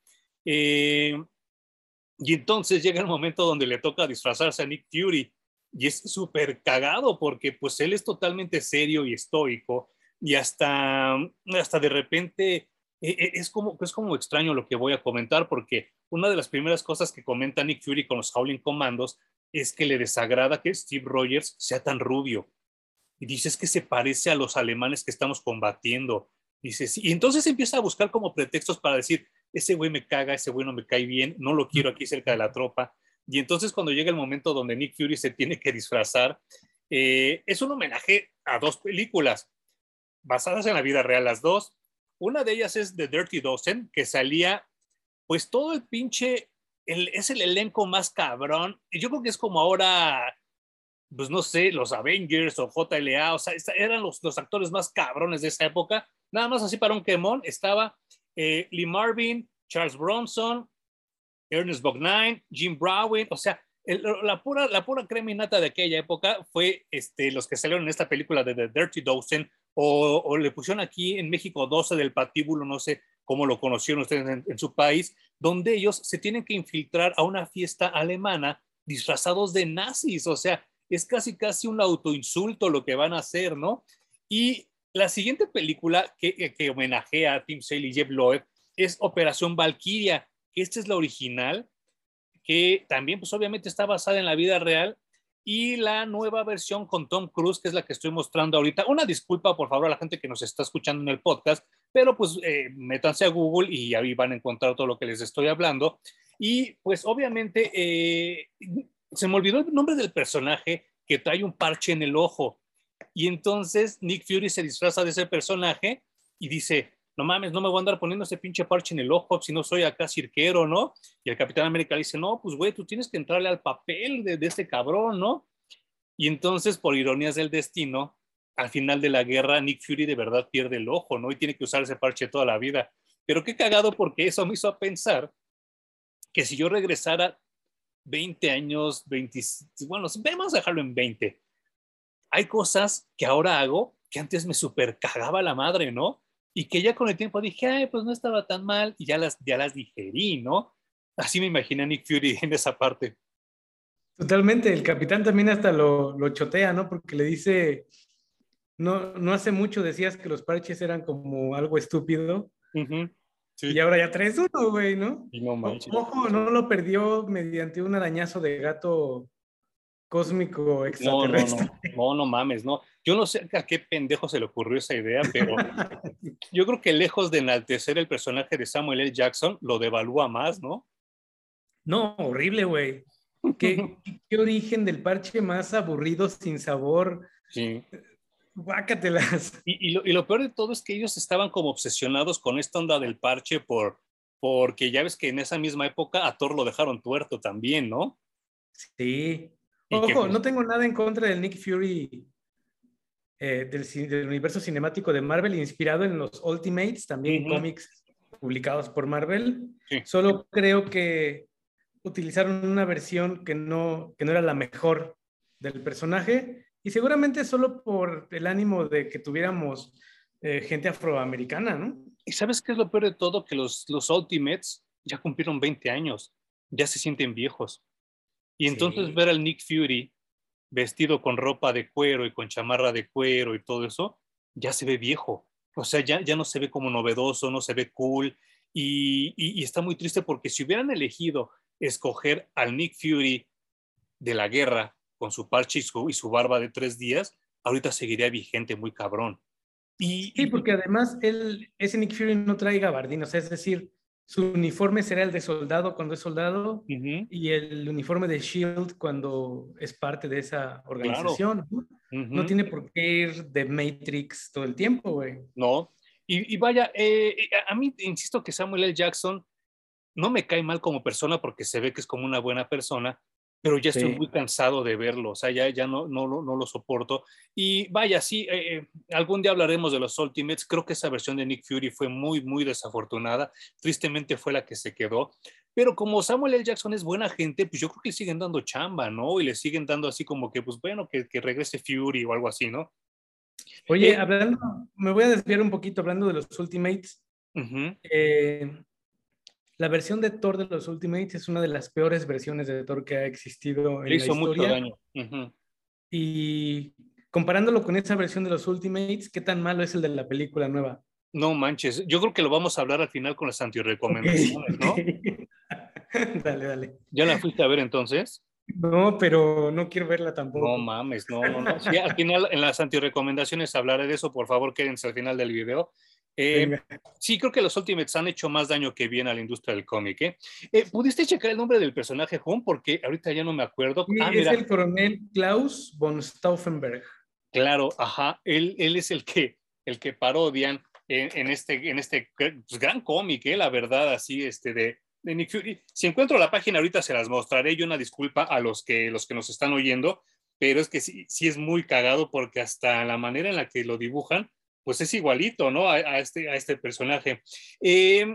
Y entonces llega el momento donde le toca disfrazarse a Nick Fury y es súper cagado porque pues él es totalmente serio y estoico y hasta de repente es como extraño lo que voy a comentar porque una de las primeras cosas que comenta Nick Fury con los Howling Commandos es que le desagrada que Steve Rogers sea tan rubio y dices que se parece a los alemanes que estamos combatiendo. Dices, y entonces empieza a buscar como pretextos para decir, ese güey me caga, ese güey no me cae bien, no lo quiero aquí cerca de la tropa. Y entonces cuando llega el momento donde Nick Fury se tiene que disfrazar, es un homenaje a dos películas basadas en la vida real, las dos. Una de ellas es The Dirty Dozen, que salía pues todo el pinche, es el elenco más cabrón. Y yo creo que es como ahora pues no sé, los Avengers o JLA, o sea, eran los actores más cabrones de esa época. Nada más así para un quemón, estaba Lee Marvin, Charles Bronson, Ernest Borgnine, Jim Brown, o sea, la pura crema innata de aquella época fue los que salieron en esta película de The Dirty Dozen, o le pusieron aquí en México 12 del patíbulo, no sé cómo lo conocieron ustedes en su país, donde ellos se tienen que infiltrar a una fiesta alemana disfrazados de nazis, o sea, es casi un autoinsulto lo que van a hacer, ¿no? Y la siguiente película que homenajea a Tim Sale y Jeff Loeb es Operación Valkyria, que esta es la original, que también pues obviamente está basada en la vida real, y la nueva versión con Tom Cruise, que es la que estoy mostrando ahorita. Una disculpa, por favor, a la gente que nos está escuchando en el podcast, pero pues métanse a Google y ahí van a encontrar todo lo que les estoy hablando. Y pues obviamente se me olvidó el nombre del personaje que trae un parche en el ojo. Y entonces Nick Fury se disfraza de ese personaje y dice, no mames, no me voy a andar poniendo ese pinche parche en el ojo si no soy acá cirquero, ¿no? Y el Capitán América le dice, no, pues güey, tú tienes que entrarle al papel de este cabrón, ¿no? Y entonces, por ironías del destino, al final de la guerra, Nick Fury de verdad pierde el ojo, ¿no? Y tiene que usar ese parche toda la vida. Pero qué cagado, porque eso me hizo pensar que si yo regresara 20 años, 20, bueno, vamos a dejarlo en 20. Hay cosas que ahora hago que antes me super cagaba la madre, ¿no? Y que ya con el tiempo dije, ay, pues no estaba tan mal y ya las digerí, ¿no? Así me imaginé a Nick Fury en esa parte. Totalmente, el capitán también hasta lo chotea, ¿no? Porque le dice, no, no hace mucho decías que los parches eran como algo estúpido Ujú, y sí, ahora ya traes uno, güey, ¿no? y no manches. Ojo, no lo perdió mediante un arañazo de gato cósmico No, no, no, extraterrestre. no, no mames, no. Yo no sé a qué pendejo se le ocurrió esa idea, pero yo creo que lejos de enaltecer el personaje de Samuel L. Jackson, lo devalúa más, ¿no? No, horrible, güey. ¿Qué origen del parche más aburrido, sin sabor? Sí. Guácatelas. Y lo peor de todo es que ellos estaban como obsesionados con esta onda del parche porque ya ves que en esa misma época a Thor lo dejaron tuerto también, ¿no? Sí. Y que Ojo, pues, no tengo nada en contra del Nick Fury del universo cinemático de Marvel, inspirado en los Ultimates, también ujú, cómics publicados por Marvel. sí. Solo creo que utilizaron una versión que no era la mejor del personaje y seguramente solo por el ánimo de que tuviéramos gente afroamericana, ¿no? ¿Y sabes qué es lo peor de todo? Que los Ultimates ya cumplieron 20 años, ya se sienten viejos. Y entonces Sí. ver al Nick Fury vestido con ropa de cuero y con chamarra de cuero y todo eso, ya se ve viejo. O sea, ya no se ve como novedoso, no se ve cool. Y está muy triste porque si hubieran elegido escoger al Nick Fury de la guerra con su parche y su barba de 3 días, ahorita seguiría vigente muy cabrón. Sí, Y porque además ese Nick Fury no trae gabardina, o sea, es decir, su uniforme será el de soldado cuando es soldado Ujú, y el uniforme de Shield cuando es parte de esa claro. organización, ¿no? No Ujú. tiene por qué ir de Matrix todo el tiempo, güey. No. Y vaya, a mí, insisto que Samuel L. Jackson no me cae mal como persona porque se ve que es como una buena persona, pero ya estoy Sí. muy cansado de verlo, o sea, ya no lo soporto. Y vaya, sí, algún día hablaremos de los Ultimates, creo que esa versión de Nick Fury fue muy desafortunada, tristemente fue la que se quedó, pero como Samuel L. Jackson es buena gente, pues yo creo que le siguen dando chamba, ¿no? Y le siguen dando así como que, pues bueno, que regrese Fury o algo así, ¿no? Oye, Eh, hablando, me voy a desviar un poquito hablando de los Ultimates. uh-huh. Eh, la versión de Thor de los Ultimates es una de las peores versiones de Thor que ha existido Le en la hizo mucho historia. daño. Uh-huh. Y comparándolo con esa versión de los Ultimates, ¿qué tan malo es el de la película nueva? No manches, yo creo que lo vamos a hablar al final con las Ok, antirecomendaciones, ok. ¿no? Dale, dale. ¿Ya la fuiste a ver entonces? No, pero no quiero verla No tampoco. mames, no. Sí, al final en las antirecomendaciones hablaré de eso, por favor, quédense al final del video. Eh, Venga. sí, creo que los Ultimates han hecho más daño que bien a la industria del cómic, ¿eh? ¿Pudiste checar el nombre del personaje, Home? Porque ahorita ya no me acuerdo. Sí, Ah, es mira, el coronel Klaus von Stauffenberg. claro, ajá, él es el que parodian en este pues, gran cómic, la verdad, así, de Nick Fury. Si encuentro la página ahorita se las mostraré y una disculpa a los que nos están oyendo, pero es que sí es muy cagado porque hasta la manera en la que lo dibujan, pues es igualito, ¿no? A este personaje. Eh,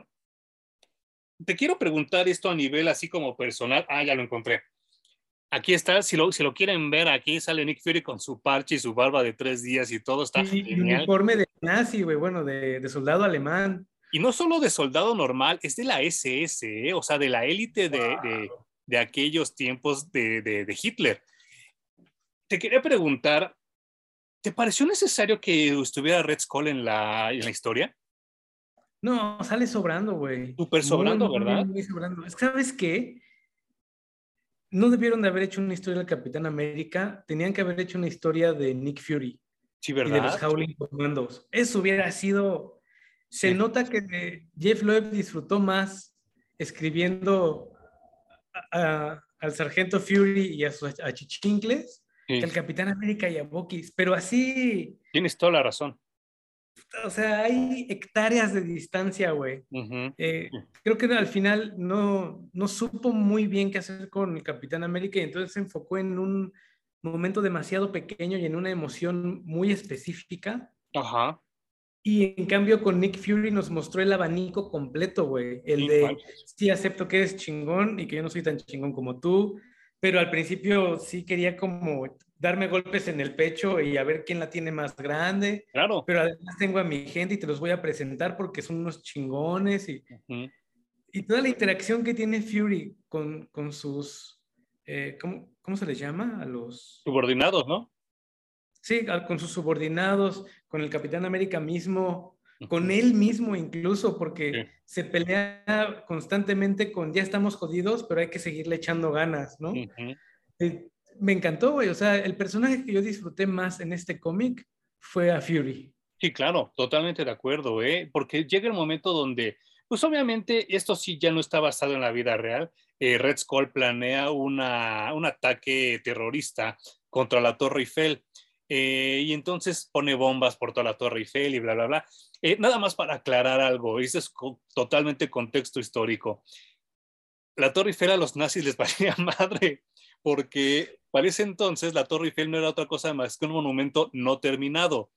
Te quiero preguntar esto a nivel así como personal. Ah, ya lo encontré. Aquí está, si lo quieren ver, aquí sale Nick Fury con su parche y su barba de 3 días y todo está Y genial. uniforme de nazi, güey, bueno, de soldado alemán. Y no solo de soldado normal, es de la SS, o sea, de la élite de aquellos tiempos de Hitler. Te quería preguntar, ¿te pareció necesario que estuviera Red Skull en la historia? No, sale sobrando, güey. Súper Muy, sobrando, muy, ¿verdad? muy sobrando. Es que, ¿sabes qué? No debieron de haber hecho una historia del Capitán América, tenían que haber hecho una historia de Nick Fury Sí, y de los ¿verdad? Howling Commandos. Eso hubiera sido... Se Sí, nota que Jeff Loeb disfrutó más escribiendo al Sargento Fury y a Chichincles que sí. al Capitán América y a Bucky. Pero así, Tienes toda la razón. o sea, hay hectáreas de distancia, güey. Ujú. Creo que al final no supo muy bien qué hacer con el Capitán América y entonces se enfocó en un momento demasiado pequeño y en una emoción muy específica. Ajá, Y en cambio con Nick Fury nos mostró el abanico completo, güey. El sí, no de, manches. sí, acepto que eres chingón y que yo no soy tan chingón como tú, pero al principio sí quería como darme golpes en el pecho y a ver quién la tiene más grande, Claro. pero además tengo a mi gente y te los voy a presentar porque son unos chingones Ujú. y toda la interacción que tiene Fury con sus, ¿cómo se les llama? A los, Subordinados, ¿no? sí, con sus subordinados, con el Capitán América mismo, con Ujú. él mismo incluso, porque Sí. se pelea constantemente con ya estamos jodidos, pero hay que seguirle echando ganas, ¿no? Ujú. Me encantó, güey. O sea, el personaje que yo disfruté más en este cómic fue a Fury. Sí, claro, totalmente de acuerdo, ¿eh? Porque llega el momento donde, pues obviamente esto sí ya no está basado en la vida real. Red Skull planea un ataque terrorista contra la Torre Eiffel y entonces pone bombas por toda la Torre Eiffel y bla, bla, bla. Nada más para aclarar algo, eso es totalmente contexto histórico. La Torre Eiffel a los nazis les valía madre, porque para ese entonces la Torre Eiffel no era otra cosa más que un monumento no terminado,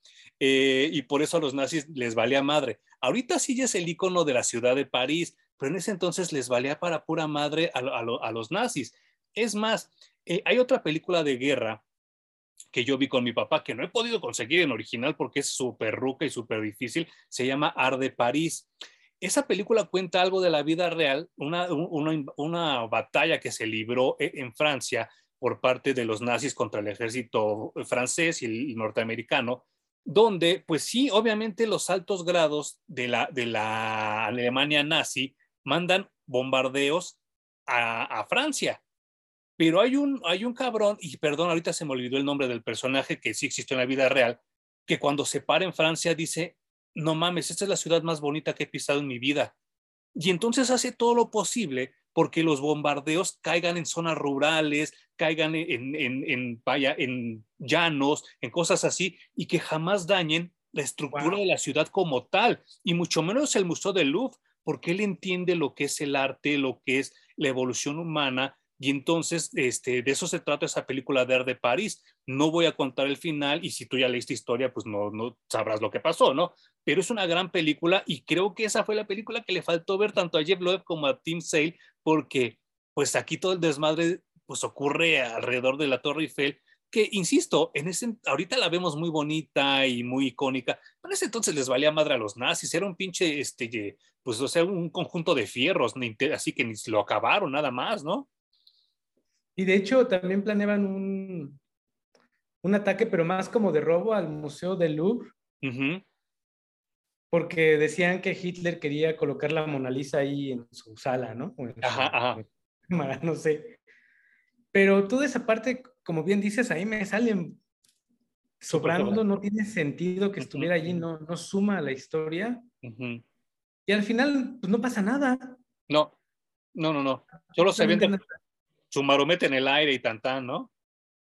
y por eso a los nazis les valía madre. Ahorita sí ya es el icono de la ciudad de París, pero en ese entonces les valía para pura madre a los nazis. Es más, hay otra película de guerra que yo vi con mi papá, que no he podido conseguir en original porque es súper ruca y súper difícil, se llama Arde París. Esa película cuenta algo de la vida real, una batalla que se libró en Francia por parte de los nazis contra el ejército francés y el norteamericano, donde, pues sí, obviamente los altos grados de la Alemania nazi mandan bombardeos a Francia, pero hay un cabrón, y perdón, ahorita se me olvidó el nombre del personaje que sí existió en la vida real, que cuando se para en Francia dice, no mames, esta es la ciudad más bonita que he pisado en mi vida. Y entonces hace todo lo posible porque los bombardeos caigan en zonas rurales, caigan vaya, en llanos, en cosas así, y que jamás dañen la estructura Wow. de la ciudad como tal, y mucho menos el Museo del Louvre, porque él entiende lo que es el arte, lo que es la evolución humana, y entonces de eso se trata esa película de Arte de París. No voy a contar el final, y si tú ya leíste historia, pues no sabrás lo que pasó, ¿no? Pero es una gran película, y creo que esa fue la película que le faltó ver tanto a Jeff Loeb como a Tim Sale, porque pues aquí todo el desmadre pues ocurre alrededor de la Torre Eiffel, que insisto, ahorita la vemos muy bonita y muy icónica, pero en ese entonces les valía madre a los nazis, era un pinche, pues o sea, un conjunto de fierros, así que ni lo acabaron, nada más, ¿no? Y de hecho también planeaban un ataque, pero más como de robo al Museo del Louvre, Uh-huh. porque decían que Hitler quería colocar la Mona Lisa ahí en su sala, ¿no? O en Ajá, su ajá. cámara, no sé. Pero toda esa parte, como bien dices, ahí me salen Súper sobrando, sobra. no tiene sentido que Uh-huh. estuviera allí, no suma a la historia. Uh-huh. Y al final, pues no pasa nada, No, no. Solo se absolutamente avienta nada. su marometa en el aire y tan, ¿no?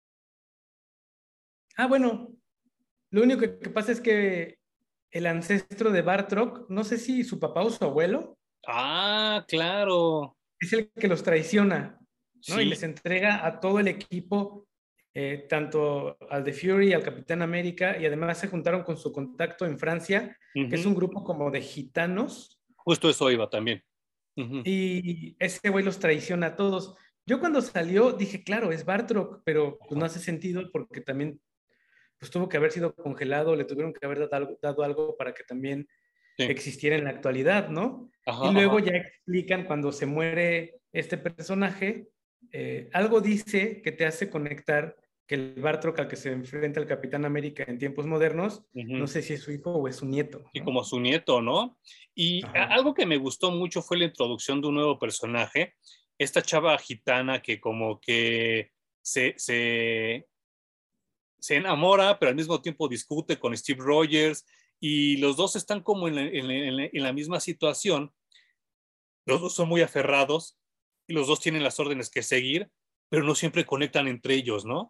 Ah, bueno, lo único que pasa es que el ancestro de Bartrock, no sé si su papá o su abuelo, Ah, claro. es el que los traiciona, ¿no? Y Sí. les entrega a todo el equipo, tanto al de Fury, al Capitán América, y además se juntaron con su contacto en Francia, que es Uh-huh. un grupo como de gitanos, Justo eso iba también. Uh-huh. y ese güey los traiciona a todos. Yo cuando salió dije, claro, es Bartrock, pero pues no Ajá. hace sentido porque también pues tuvo que haber sido congelado, le tuvieron que haber dado algo para que también Sí. existiera en la actualidad, ¿no? Y Ajá, luego ajá. ya explican cuando se muere este personaje, algo dice que te hace conectar que el Bartrock al que se enfrenta el Capitán América en tiempos modernos, no Uh-huh. sé si es su hijo o es su nieto, Y ¿no? como su nieto, ¿no? Y Ajá. algo que me gustó mucho fue la introducción de un nuevo personaje, esta chava gitana que como que se, se, se enamora, pero al mismo tiempo discute con Steve Rogers, y los dos están como en la misma situación, los dos son muy aferrados, y los dos tienen las órdenes que seguir, pero no siempre conectan entre ellos, ¿no?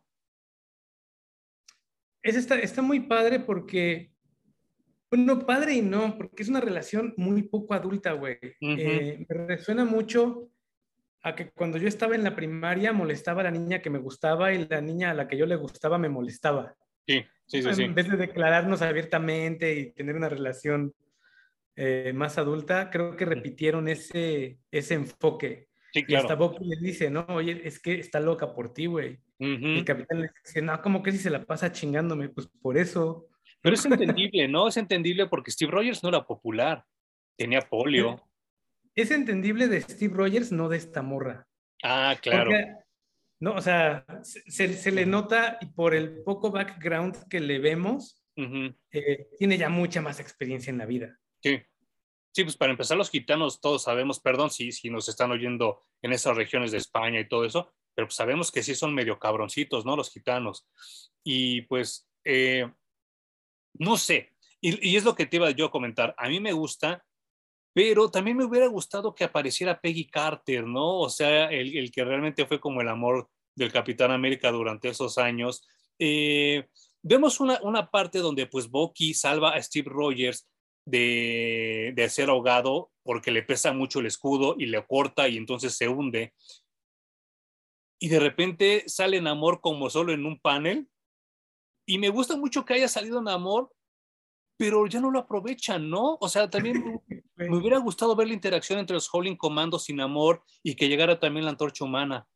Está muy padre porque, bueno, padre y no, porque es una relación muy poco adulta, güey. Uh-huh. Me resuena mucho a que cuando yo estaba en la primaria molestaba a la niña que me gustaba y la niña a la que yo le gustaba me molestaba. Sí. En vez de declararnos abiertamente y tener una relación más adulta, creo que repitieron ese enfoque. Sí, Y hasta claro. Bucky le dice, no, oye, es que está loca por ti, güey. Y el Uh-huh. capitán le dice, no, ¿cómo que si se la pasa chingándome? Pues por eso, Pero ¿no? es entendible, ¿no? Es entendible porque Steve Rogers no era popular, tenía polio. Es entendible de Steve Rogers, no de esta morra. Ah, claro. Porque, no, o sea, se le Uh-huh. nota y por el poco background que le vemos, Uh-huh. tiene ya mucha más experiencia en la vida. Sí. Sí, pues para empezar, los gitanos todos sabemos, perdón si nos están oyendo en esas regiones de España y todo eso, pero pues sabemos que sí son medio cabroncitos, ¿no? Los gitanos. Y pues, no sé, y es lo que te iba yo a comentar. A mí me gusta, pero también me hubiera gustado que apareciera Peggy Carter, ¿no? O sea, el que realmente fue como el amor del Capitán América durante esos años. Vemos una parte donde pues Bucky salva a Steve Rogers de ser ahogado porque le pesa mucho el escudo y le corta y entonces se hunde. Y de repente sale Namor como solo en un panel. Y me gusta mucho que haya salido Namor, pero ya no lo aprovechan, ¿no? O sea, también me hubiera gustado ver la interacción entre los Howling Commandos y Namor y que llegara también la Antorcha Humana.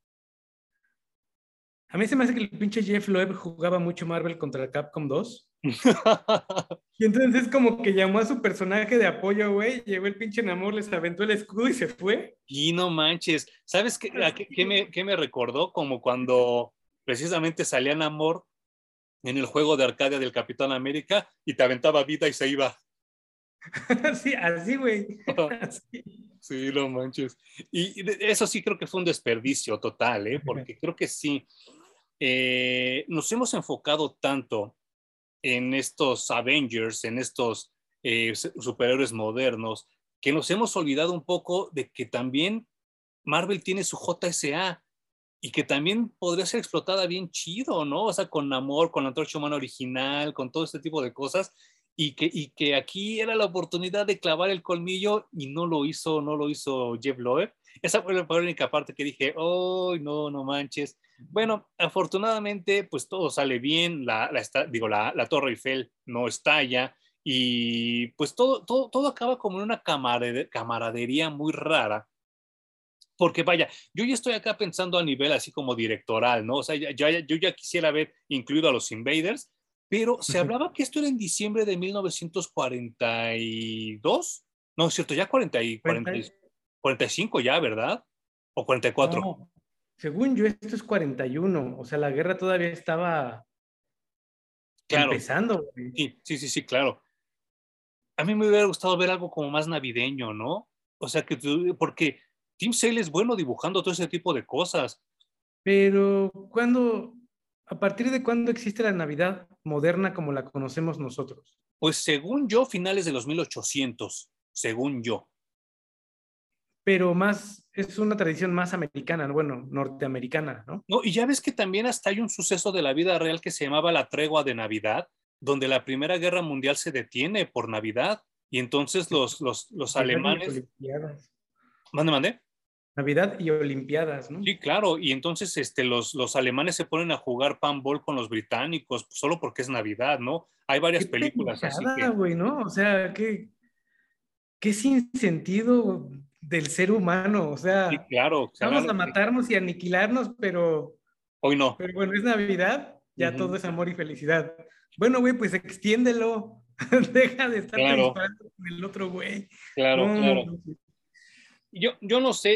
A mí se me hace que el pinche Jeff Loeb jugaba mucho Marvel contra Capcom 2. Y entonces como que llamó a su personaje de apoyo, güey, llegó el pinche Namor, les aventó el escudo y se fue. Y no manches, ¿sabes qué me recordó? Como cuando precisamente salía Namor en el juego de Arcadia del Capitán América y te aventaba vida y se iba. Así, así, güey. Así. Sí, no manches. Y eso sí creo que fue un desperdicio total, ¿eh? Porque creo que sí, nos hemos enfocado tanto en estos Avengers, en estos superhéroes modernos, que nos hemos olvidado un poco de que también Marvel tiene su JSA y que también podría ser explotada bien chido, ¿no? O sea, con Namor, con la Antorcha Humana original, con todo este tipo de cosas, y que aquí era la oportunidad de clavar el colmillo y no lo hizo Jeff Loeb. Esa fue la única parte que dije, oh, no, no manches. Bueno, afortunadamente, pues todo sale bien, la Torre Eiffel no estalla, y pues todo acaba como en una camaradería muy rara, porque vaya, yo ya estoy acá pensando a nivel así como directoral, ¿no? O sea, yo ya quisiera haber incluido a los Invaders, pero se hablaba que esto era en diciembre de 1942. No, es cierto, ya 45 ya, ¿verdad? O 44. No, según yo, esto es 41. O sea, la guerra todavía estaba Claro, empezando, güey. sí, sí, sí, sí, claro. A mí me hubiera gustado ver algo como más navideño, ¿no? O sea, porque Tim Sale es bueno dibujando todo ese tipo de cosas. Pero, a partir de cuándo existe la Navidad moderna como la conocemos nosotros? Pues según yo, finales de los 1800, según yo. Pero más, es una tradición más americana, bueno, norteamericana, ¿no? No, y ya ves que también hasta hay un suceso de la vida real que se llamaba la tregua de Navidad, donde la Primera Guerra Mundial se detiene por Navidad, y entonces los Navidad y alemanes. Olimpiadas. Mande, mande. Navidad y Olimpiadas, ¿no? Sí, claro, y entonces los alemanes se ponen a jugar panball con los británicos, pues, solo porque es Navidad, ¿no? Hay varias Qué películas así pendejada, que. güey, ¿no? O sea, qué sinsentido del ser humano. O Sí, sea, claro, vamos a claro, matarnos y aniquilarnos, hoy no. pero bueno, es Navidad, ya todo Ujú, es amor y felicidad. Bueno, güey, pues extiéndelo. Deja de estarte claro, disparando con el otro güey. claro, No, no, claro. no. Yo no sé,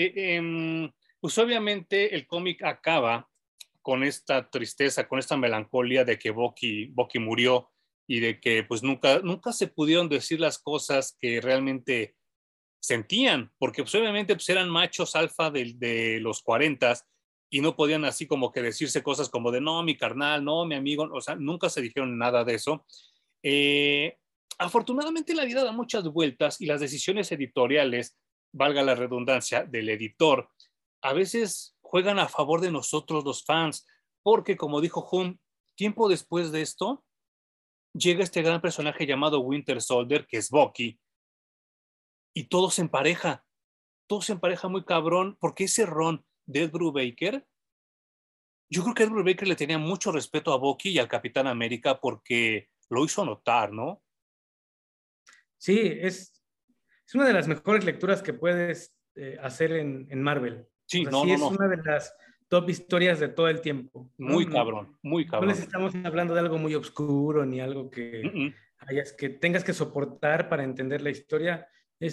pues obviamente el cómic acaba con esta tristeza, con esta melancolía de que Bucky murió, y de que pues nunca se pudieron decir las cosas que realmente sentían, porque pues obviamente pues eran machos alfa de los 40 y no podían así como que decirse cosas como de no, mi carnal, no, mi amigo, o sea, nunca se dijeron nada de eso. Eh, Afortunadamente la vida da muchas vueltas, y las decisiones editoriales, valga la redundancia, del editor, a veces juegan a favor de nosotros los fans, porque como dijo Hum, tiempo después de esto, llega este gran personaje llamado Winter Soldier, que es Bucky, y todo se empareja muy cabrón, porque ese ron de Ed Brubaker, yo creo que Ed Brubaker le tenía mucho respeto a Bucky y al Capitán América porque lo hizo notar, ¿no? Sí, es una de las mejores lecturas que puedes hacer en Marvel. O Sí, sea, no, sí no, es no, una de las top historias de todo el tiempo, ¿no? muy cabrón, muy No les cabrón. estamos hablando de algo muy oscuro ni algo Mm, que mm. que tengas que soportar para entender la historia.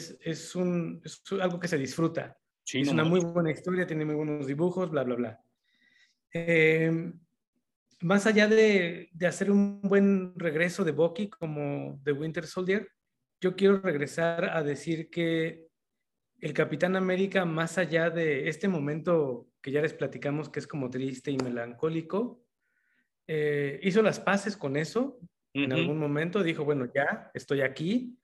Es algo que se disfruta. Sí, Es no una muy manches. buena historia, tiene muy buenos dibujos, bla, bla, bla. Eh, Más allá de hacer un buen regreso de Bucky como de Winter Soldier, yo quiero regresar a decir que el Capitán América, más allá de este momento que ya les platicamos, que es como triste y melancólico, hizo las paces con eso en Ujú, algún momento, dijo, bueno, ya estoy aquí,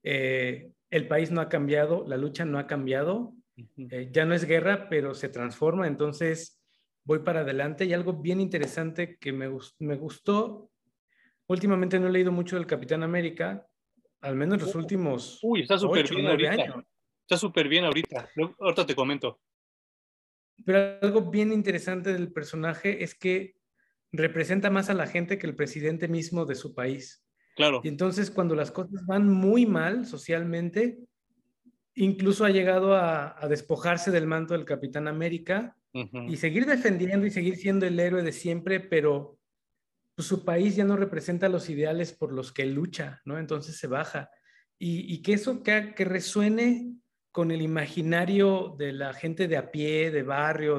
el país no ha cambiado, la lucha no ha cambiado, ujú. ya no es guerra, pero se transforma, entonces voy para adelante. Y algo bien interesante que me gustó, últimamente no he leído mucho del Capitán América, al menos los últimos Uy, está súper 8 o bien 9 ahorita. años. Está súper bien ahorita. Ahorita te comento. Pero algo bien interesante del personaje es que representa más a la gente que el presidente mismo de su país. Y Claro. entonces cuando las cosas van muy mal socialmente, incluso ha llegado a despojarse del manto del Capitán América Ujú. y seguir defendiendo y seguir siendo el héroe de siempre, pero pues, su país ya no representa los ideales por los que él lucha, ¿no? Entonces se baja. Y que eso que resuene con el imaginario de la gente de a pie, de barrio,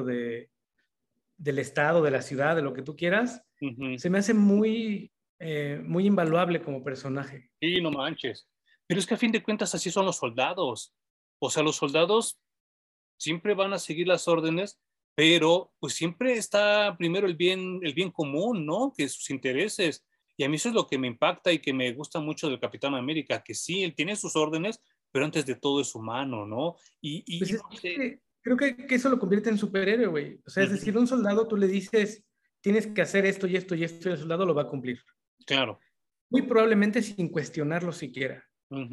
del estado, de la ciudad, de lo que tú quieras, Ujú. se me hace muy invaluable como personaje. Sí, no manches. Pero es que a fin de cuentas así son los soldados. O sea, los soldados siempre van a seguir las órdenes, pero pues siempre está primero el bien común, ¿no? Que sus intereses. Y a mí eso es lo que me impacta y que me gusta mucho del Capitán América, que sí, él tiene sus órdenes, pero antes de todo es humano, ¿no? Pues No sé. creo que eso lo convierte en superhéroe, güey. O sea, es decir, a un soldado tú le dices, tienes que hacer esto y esto y esto, y el soldado lo va a cumplir. Claro. Muy probablemente sin cuestionarlo siquiera.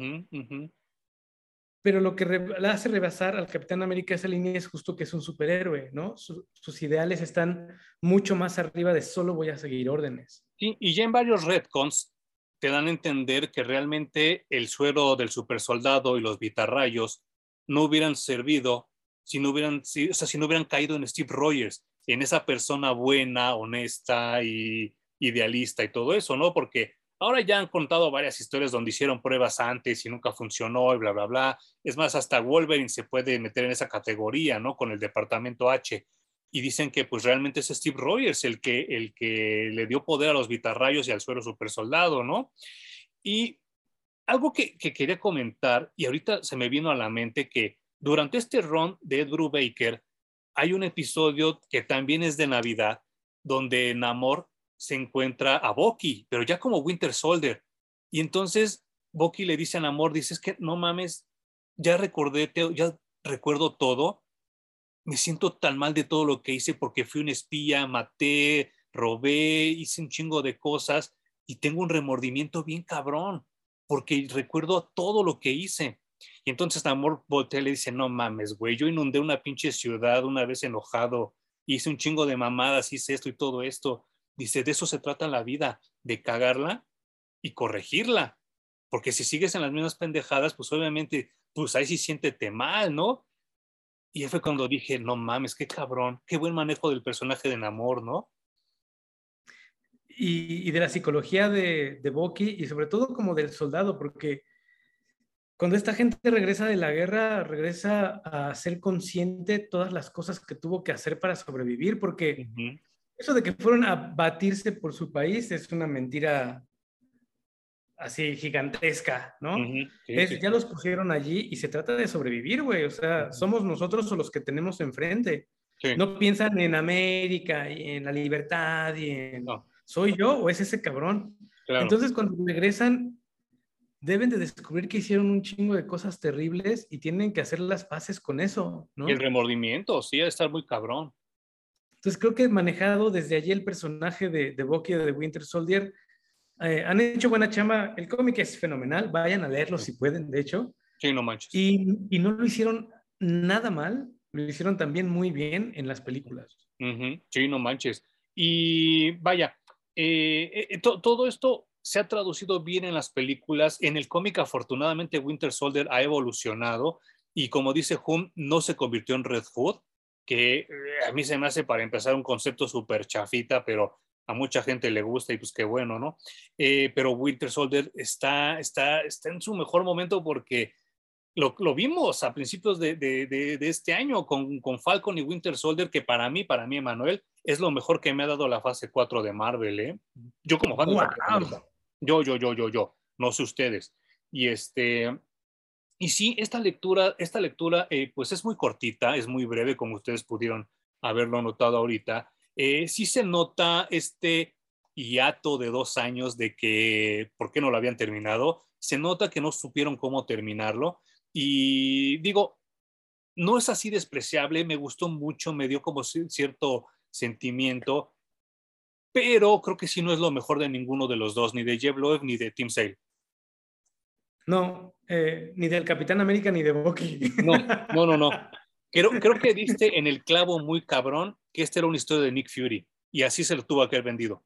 Pero lo que le hace rebasar al Capitán América esa línea es justo que es un superhéroe, ¿no? Sus ideales están mucho más arriba de solo voy a seguir órdenes. Sí, y ya en varios retcons te dan a entender que realmente el suero del supersoldado y los vitarrayos no hubieran servido si no hubieran, o sea, si no hubieran caído en Steve Rogers, en esa persona buena, honesta y idealista y todo eso, ¿no? Porque ahora ya han contado varias historias donde hicieron pruebas antes y nunca funcionó y bla, bla, bla. Es más, hasta Wolverine se puede meter en esa categoría, ¿no? Con el Departamento H. Y dicen que pues realmente es Steve Rogers el que le dio poder a los vitarrayos y al suero supersoldado, ¿no? Y algo que quería comentar, y ahorita se me vino a la mente que durante este run de Ed Brubaker hay un episodio que también es de Navidad, donde Namor se encuentra a Bucky, pero ya como Winter Soldier. Y entonces Bucky le dice a Namor, dice, es que no mames, ya ya recuerdo todo, me siento tan mal de todo lo que hice porque fui un espía, maté, robé, hice un chingo de cosas y tengo un remordimiento bien cabrón porque recuerdo todo lo que hice. Y entonces Namor voltea y le dice, no mames, güey, yo inundé una pinche ciudad una vez enojado, hice un chingo de mamadas, hice esto y todo esto. Dice, de eso se trata la vida, de cagarla y corregirla. Porque si sigues en las mismas pendejadas, pues obviamente, pues ahí sí siéntete mal, ¿no? Y fue cuando dije, no mames, qué cabrón, qué buen manejo del personaje de Namor, ¿no? Y de la psicología de Bucky y sobre todo como del soldado, porque cuando esta gente regresa de la guerra, regresa a ser consciente de todas las cosas que tuvo que hacer para sobrevivir, porque eso de que fueron a batirse por su país es una mentira así gigantesca, ¿no? Sí, sí, Ya sí. los pusieron allí y se trata de sobrevivir, güey. O sea, somos nosotros o los que tenemos enfrente. Sí, No piensan en América y en la libertad y en no, ¿soy yo o es ese cabrón? claro. Entonces, cuando regresan, deben de descubrir que hicieron un chingo de cosas terribles y tienen que hacer las paces con eso, Y el ¿no? remordimiento, sí, ha de estar muy cabrón. Entonces, creo que manejado desde allí el personaje de Bucky de Winter Soldier, han hecho buena chamba. El cómic es fenomenal. Vayan a leerlo Sí, si pueden, de hecho. sí, no manches. Y no lo hicieron nada mal, lo hicieron también muy bien en las películas. Sí, no manches. Y vaya, todo esto se ha traducido bien en las películas. En el cómic, afortunadamente, Winter Soldier ha evolucionado y como dice Hum, no se convirtió en Red Hood, que a mí se me hace para empezar un concepto súper chafita, pero a mucha gente le gusta y pues qué bueno, ¿no? Pero Winter Soldier está en su mejor momento porque lo vimos a principios de este año con Falcon y Winter Soldier, que para mí, Emanuel, es lo mejor que me ha dado la fase 4 de Marvel, ¿eh? Yo como fan del Capitán ¡Wow! América. Yo. No sé ustedes. Y y sí, esta lectura pues es muy cortita, es muy breve, como ustedes pudieron haberlo notado ahorita. Sí se nota este hiato de 2 años de que, ¿por qué no lo habían terminado? Se nota que no supieron cómo terminarlo. Y digo, no es así despreciable, me gustó mucho, me dio como cierto sentimiento, pero creo que sí no es lo mejor de ninguno de los dos, ni de Jeb Loeb ni de Tim Sale. No, ni del Capitán América ni de Bucky. No. Creo que diste en el clavo muy cabrón que esta era una historia de Nick Fury y así se lo tuvo que haber vendido.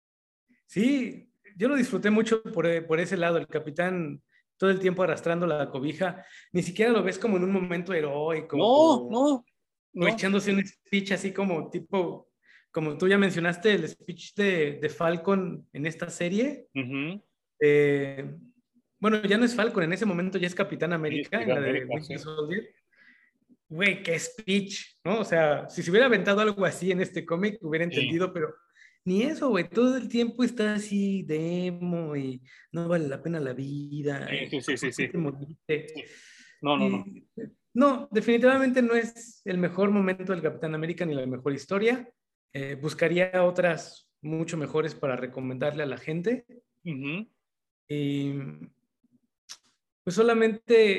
Sí, yo lo disfruté mucho por ese lado, el Capitán todo el tiempo arrastrando la cobija, ni siquiera lo ves como en un momento heroico No, o, no, o no. echándose un speech así como tipo, como tú ya mencionaste, el speech de Falcon en esta serie. Uh-huh. Eh, bueno, ya no es Falcon, en ese momento ya es Capitán Sí, es América en Capitán la de América, Winter sí. Soldier. Güey, qué speech, ¿no? O sea, si se hubiera aventado algo así en este cómic, hubiera Sí, entendido, pero ni eso, güey. Todo el tiempo está así de emo y no vale la pena la vida. sí. ¿Por qué te moriste? Sí. No. Y, no, definitivamente no es el mejor momento del Capitán América ni la mejor historia. Buscaría otras mucho mejores para recomendarle a la gente. Uh-huh. Y pues solamente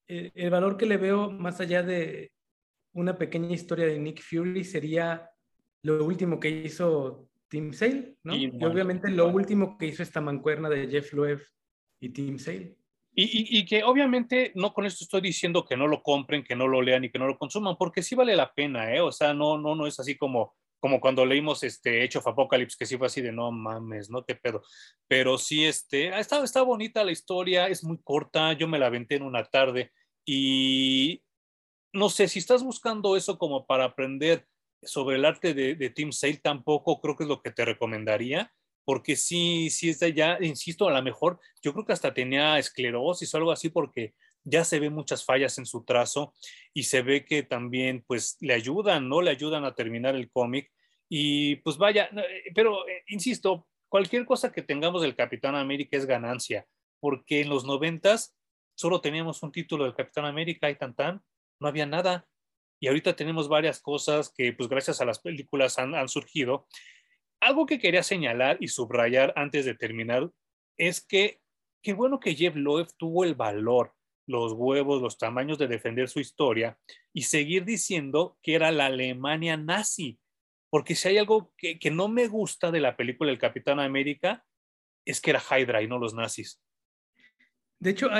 el valor que le veo más allá de una pequeña historia de Nick Fury sería lo último que hizo Tim Sale, Y, ¿no? Y no, obviamente lo último que hizo esta mancuerna de Jeff Loeb y Tim Sale. y que obviamente no con esto estoy diciendo que no lo compren, que no lo lean y que no lo consuman, porque sí vale la pena, ¿eh? O sea, no es así como cuando leímos Age of Apocalypse, que sí fue así de no mames, no te pedo. Pero sí, está bonita la historia, es muy corta, yo me la aventé en una tarde y no sé, si estás buscando eso como para aprender sobre el arte de Tim Sale, tampoco creo que es lo que te recomendaría, porque sí es de ya, insisto, a lo mejor yo creo que hasta tenía esclerosis o algo así, porque ya se ven muchas fallas en su trazo y se ve que también pues le ayudan, ¿no? Le ayudan a terminar el cómic y pues vaya, pero insisto, cualquier cosa que tengamos del Capitán América es ganancia, porque en los 90s solo teníamos un título del Capitán América y tan no había nada. Y ahorita tenemos varias cosas que, pues gracias a las películas han surgido. Algo que quería señalar y subrayar antes de terminar es que qué bueno que Jeff Loeb tuvo el valor, los huevos, los tamaños de defender su historia y seguir diciendo que era la Alemania nazi. Porque si hay algo que no me gusta de la película El Capitán América, es que era Hydra y no los nazis. De hecho,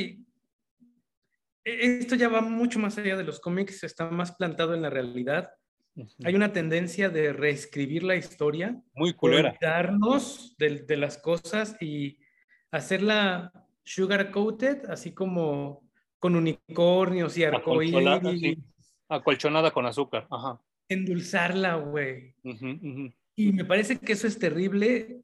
esto ya va mucho más allá de los cómics, está más plantado en la realidad. Hay una tendencia de reescribir la historia, Muy de culera. olvidarnos de las cosas y hacerla sugar coated, así como con unicornios y Acolcholada, arcoíris, sí. Acolchonada con azúcar. Ajá. endulzarla, güey. Uh-huh, uh-huh. Y me parece que eso es terrible.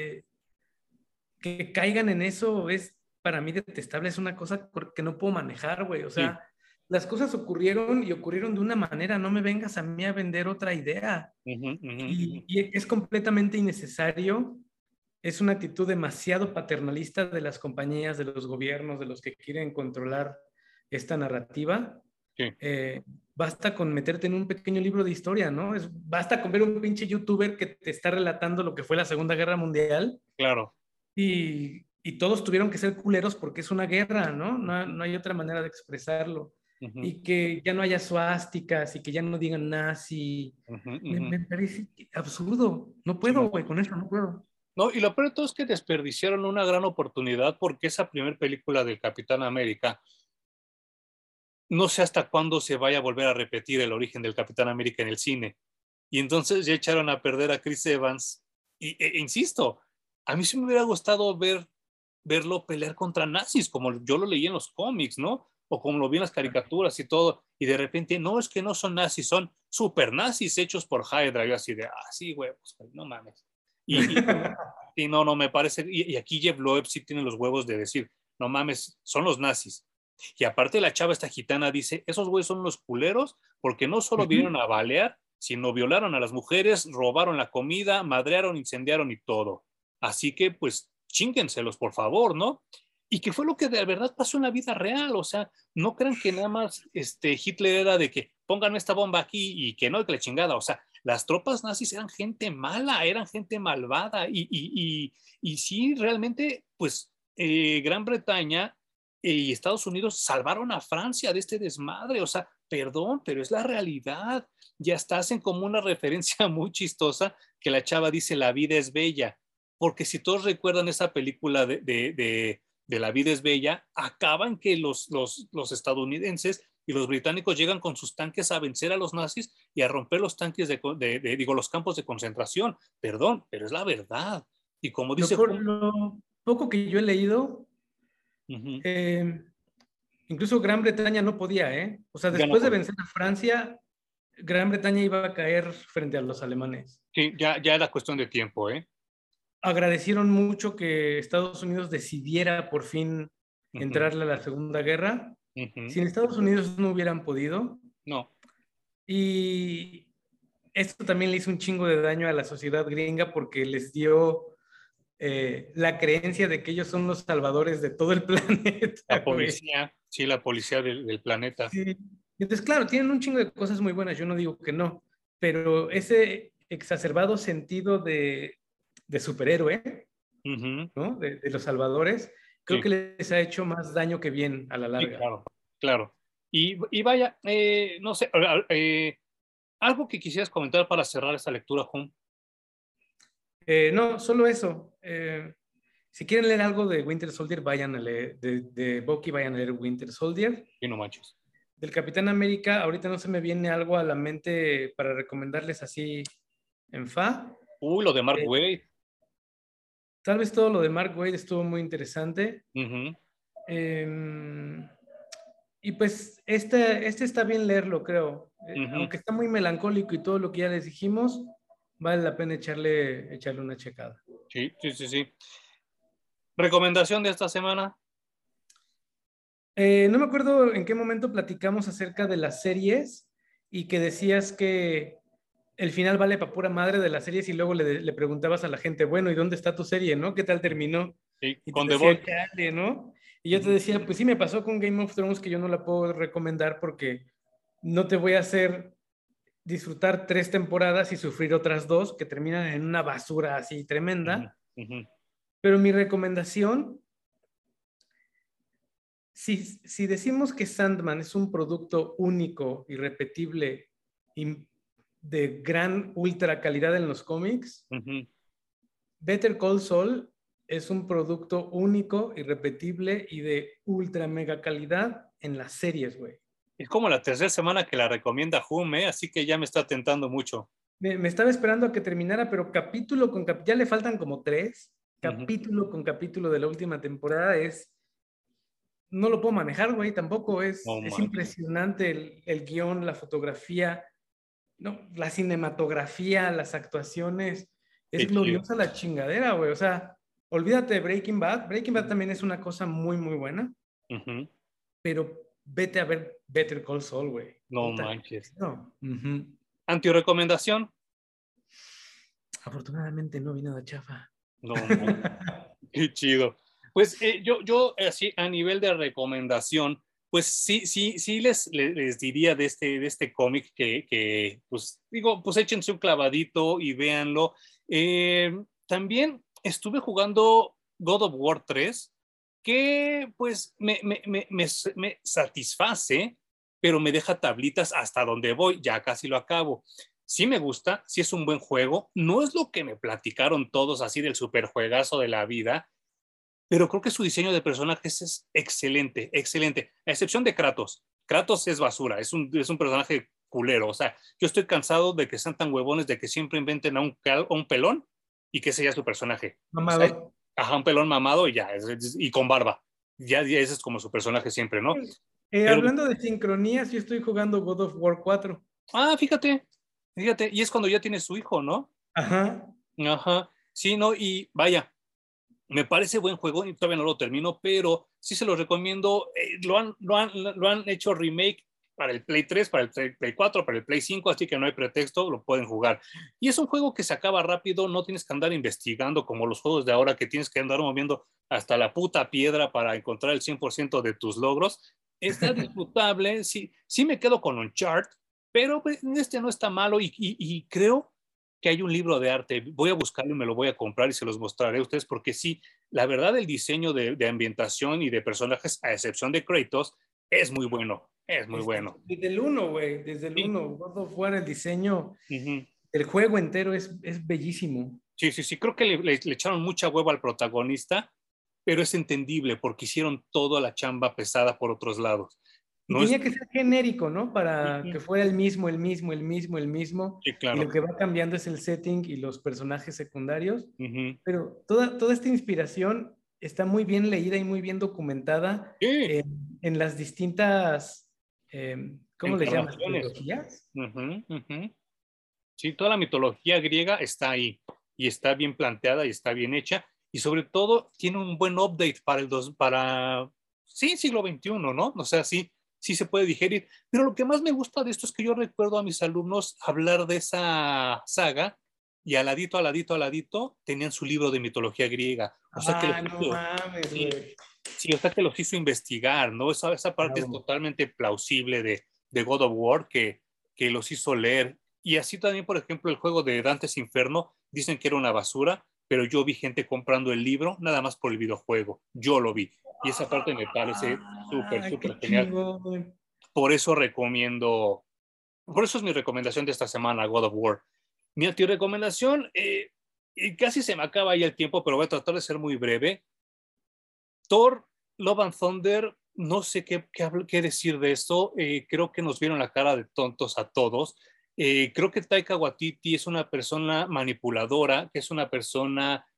Que caigan en eso es para mí detestable, es una cosa que no puedo manejar, güey. O Sí. sea, las cosas ocurrieron y ocurrieron de una manera, no me vengas a mí a vender otra idea. Uh-huh, uh-huh, uh-huh. Y es completamente innecesario. Es una actitud demasiado paternalista de las compañías, de los gobiernos, de los que quieren controlar esta narrativa. Sí, Eh, Basta con meterte en un pequeño libro de historia, ¿no? Basta con ver un pinche youtuber que te está relatando lo que fue la Segunda Guerra Mundial claro. y todos tuvieron que ser culeros porque es una guerra, ¿no? No hay otra manera de expresarlo. Uh-huh, Y que ya no haya suásticas y que ya no digan nazi. uh-huh, Me, uh-huh. me parece absurdo. No Sí, puedo, güey, con eso no puedo. no, y lo peor de todo es que desperdiciaron una gran oportunidad porque esa primera película del Capitán América, no sé hasta cuándo se vaya a volver a repetir el origen del Capitán América en el cine. Y entonces ya echaron a perder a Chris Evans. Insisto, a mí sí me hubiera gustado verlo pelear contra nazis, como yo lo leí en los cómics, ¿no? O como lo vi en las caricaturas y todo. Y de repente, no, es que no son nazis, son super nazis hechos por Hydra. Yo así de, sí, huevos, no mames. Y no, me parece. Y aquí Jeff Loeb sí tiene los huevos de decir, no mames, son los nazis. Y aparte la chava esta gitana dice, esos güeyes son los culeros porque no solo vinieron a balear, sino violaron a las mujeres, robaron la comida, madrearon, incendiaron y todo. Así que pues chínguenselos, por favor, ¿no? Y que fue lo que de verdad pasó en la vida real, o sea, no crean que nada más Hitler era de que pongan esta bomba aquí y que no, que la chingada, o sea, las tropas nazis eran gente mala, eran gente malvada y sí, realmente, pues Gran Bretaña y Estados Unidos salvaron a Francia de este desmadre, o sea, perdón, pero es la realidad. Ya hasta hacen como una referencia muy chistosa que la chava dice la vida es bella, porque si todos recuerdan esa película de La vida es bella, acaban que los estadounidenses y los británicos llegan con sus tanques a vencer a los nazis y a romper los tanques digo, los campos de concentración. Perdón, pero es la verdad. Y como dice Juan, Lo poco que yo he leído, uh-huh, eh, incluso Gran Bretaña no podía, ¿eh? O sea, ya no después de puede. vencer a Francia, Gran Bretaña iba a caer frente a los alemanes. Sí, ya era cuestión de tiempo, ¿eh? Agradecieron mucho que Estados Unidos decidiera por fin Uh-huh, entrarle a la Segunda Guerra. uh-huh. Sin Estados Unidos no hubieran podido. No, Y esto también le hizo un chingo de daño a la sociedad gringa porque les dio la creencia de que ellos son los salvadores de todo el la planeta, güey. policía, sí, la policía del planeta. Sí. Entonces, claro, tienen un chingo de cosas muy buenas, yo no digo que no, pero ese exacerbado sentido de superhéroe, Uh-huh, ¿no? De los salvadores, creo sí, que les ha hecho más daño que bien a la sí, larga. claro. claro. Y vaya, no sé, algo que quisieras comentar para cerrar esta lectura, Hum. No, solo eso. Si quieren leer algo de Winter Soldier, vayan a leer, de Bucky, vayan a leer Winter Soldier. Y no manches. Del Capitán América, ahorita no se me viene algo a la mente para recomendarles así en fa. Uy, lo de Mark Eh, Waid. Tal vez todo lo de Mark Waid estuvo muy interesante. Uh-huh. Eh, y pues este está bien leerlo, creo. Uh-huh. Aunque está muy melancólico y todo lo que ya les dijimos, vale la pena echarle una checada. Sí, sí, sí, sí. ¿Recomendación de esta semana? No me acuerdo en qué momento platicamos acerca de las series y que decías que el final vale para pura madre de las series y luego le preguntabas a la gente, bueno, ¿y dónde está tu serie, no? ¿Qué tal terminó? Sí, Y te con The decían, Voice. chale, ¿no? Y yo te Uh-huh. decía, pues sí me pasó con Game of Thrones que yo no la puedo recomendar porque no te voy a hacer disfrutar 3 temporadas y sufrir otras 2 que terminan en una basura así Uh-huh. tremenda. Uh-huh. Pero mi recomendación, si decimos que Sandman es un producto único, irrepetible y de gran ultra calidad en los cómics, Uh-huh. Better Call Saul es un producto único, irrepetible y de ultra mega calidad en las series, güey. Es como la tercera semana que la recomienda Hum, así que ya me está tentando mucho. Me estaba esperando a que terminara, pero capítulo con capítulo, ya le faltan como 3, Uh-huh. capítulo con capítulo de la última temporada no lo puedo manejar, güey, tampoco No es manches. impresionante el guión, la fotografía, no, la cinematografía, las actuaciones, es Qué chido. gloriosa la chingadera, güey, o sea, olvídate de Breaking Bad también es una cosa muy, muy buena, Uh-huh. pero vete a ver Better Call Saul, güey, No puta, manches. no. Ujú. ¿Antirecomendación? Afortunadamente no vi nada chafa. No manches. Qué chido. Pues yo así a nivel de recomendación, pues sí, sí, sí les diría de este cómic que, pues digo, pues échense un clavadito y véanlo. También estuve jugando God of War 3, que pues me satisface, pero me deja tablitas hasta donde voy, ya casi lo acabo. Sí me gusta, sí es un buen juego, no es lo que me platicaron todos así del superjuegazo de la vida, pero creo que su diseño de personajes es excelente, excelente, a excepción de Kratos. Kratos es basura, es un personaje culero, o sea, yo estoy cansado de que sean tan huevones de que siempre inventen a un pelón y que ese ya es su personaje. O sea, Mamado. ajá, un pelón mamado y ya, y con barba. Ya ese es como su personaje siempre, ¿no? Pero, Hablando de sincronías, yo estoy jugando God of War 4. fíjate, fíjate, y es cuando ya tiene su hijo, ¿no? Ajá. Ajá, sí, ¿no? Y vaya, me parece buen juego y todavía no lo termino, pero sí se lo recomiendo. Lo han hecho remake para el Play 3, para el Play 4, para el Play 5, así que no hay pretexto, lo pueden jugar. Y es un juego que se acaba rápido, no tienes que andar investigando como los juegos de ahora que tienes que andar moviendo hasta la puta piedra para encontrar el 100% de tus logros. Está disfrutable, sí, sí me quedo con Uncharted, pero pues, este no está malo y creo que hay un libro de arte. Voy a buscarlo y me lo voy a comprar y se los mostraré a ustedes porque sí, la verdad el diseño de ambientación y de personajes, a excepción de Kratos, es muy bueno, es muy bueno. Desde el uno, güey, desde el Sí, uno. God of War, el diseño, uh-huh. el juego entero es bellísimo. Sí, sí, sí, creo que le echaron mucha hueva al protagonista, pero es entendible porque hicieron toda la chamba pesada por otros lados. Y No es... tenía que ser genérico, ¿no? Para Uh-huh. que fuera el mismo, el mismo, el mismo, el mismo. Sí, Y lo claro. que va cambiando es el setting y los personajes secundarios. Uh-huh. Pero toda esta inspiración está muy bien leída y muy bien documentada Sí, en las distintas, ¿cómo les llamas? encarnaciones. ¿Trilogías? Uh-huh, uh-huh. Sí, toda la mitología griega está ahí y está bien planteada y está bien hecha y sobre todo tiene un buen update para sí, siglo XXI, ¿no? O sea, sí, sí se puede digerir. Pero lo que más me gusta de esto es que yo recuerdo a mis alumnos hablar de esa saga y al ladito, al ladito, tenían su libro de mitología griega. O sea que los Ah, no hizo, mames, sí, güey. sí, o sea que los hizo investigar, ¿no? Esa parte es Bravo. totalmente plausible de God of War que los hizo leer. Y así también, por ejemplo, el juego de Dante's Inferno, dicen que era una basura, pero yo vi gente comprando el libro nada más por el videojuego. Yo lo vi. Y esa parte me parece súper, súper qué genial. chingón. Por eso recomiendo, por eso es mi recomendación de esta semana, God of War. Mi antirecomendación, y casi se me acaba ya el tiempo, pero voy a tratar de ser muy breve. Thor, Love and Thunder, no sé qué decir de esto. Creo que nos vieron la cara de tontos a todos. Creo que Taika Waititi es una persona manipuladora, que es una persona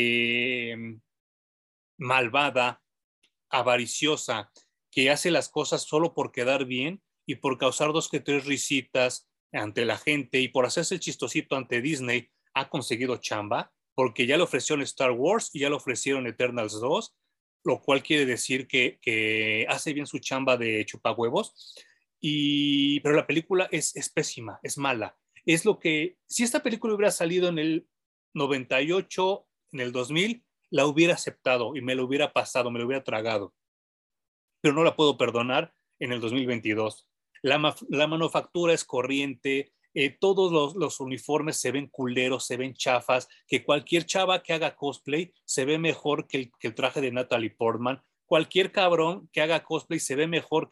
malvada, avariciosa, que hace las cosas solo por quedar bien y por causar dos que tres risitas ante la gente y por hacerse el chistosito ante Disney, ha conseguido chamba, porque ya le ofrecieron Star Wars y ya le ofrecieron Eternals 2, lo cual quiere decir que hace bien su chamba de chupahuevos, pero la película es pésima, es mala. Es lo que, si esta película hubiera salido en el 98, en el 2000, la hubiera aceptado y me lo hubiera pasado, me lo hubiera tragado, pero no la puedo perdonar en el 2022. La manufactura es corriente, todos los uniformes se ven culeros, se ven chafas, que cualquier chava que haga cosplay se ve mejor que el traje de Natalie Portman, cualquier cabrón que haga cosplay se ve mejor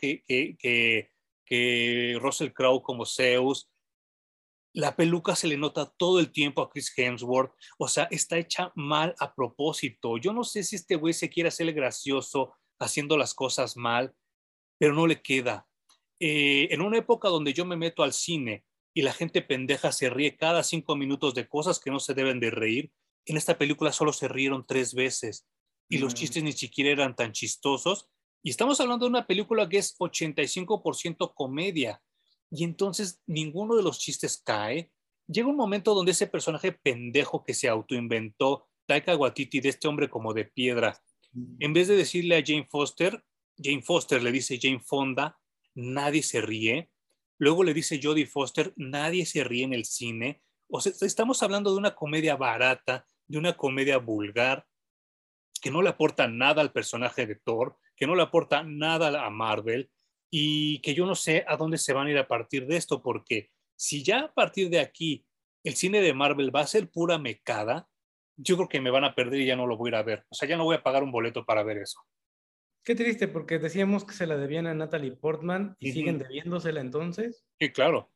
que Russell Crowe como Zeus. La peluca se le nota todo el tiempo a Chris Hemsworth, o sea, está hecha mal a propósito. Yo no sé si este güey se quiere hacer gracioso haciendo las cosas mal, pero no le queda. En una época donde yo me meto al cine y la gente pendeja se ríe cada 5 minutos de cosas que no se deben de reír, en esta película solo se rieron 3 veces y los chistes ni siquiera eran tan chistosos. Y estamos hablando de una película que es 85% comedia y entonces ninguno de los chistes cae. Llega un momento donde ese personaje pendejo que se autoinventó Taika Waititi, de este hombre como de piedra, en vez de decirle a Jane Foster le dice Jane Fonda, nadie se ríe. Luego le dice Jodie Foster, nadie se ríe en el cine. O sea, estamos hablando de una comedia barata, de una comedia vulgar, que no le aporta nada al personaje de Thor, que no le aporta nada a Marvel, y que yo no sé a dónde se van a ir a partir de esto, porque si ya a partir de aquí el cine de Marvel va a ser pura mecada, yo creo que me van a perder y ya no lo voy a ir a ver. O sea, ya no voy a pagar un boleto para ver eso. Qué triste, porque decíamos que se la debían a Natalie Portman y Uh siguen -huh. debiéndosela entonces. Sí, claro.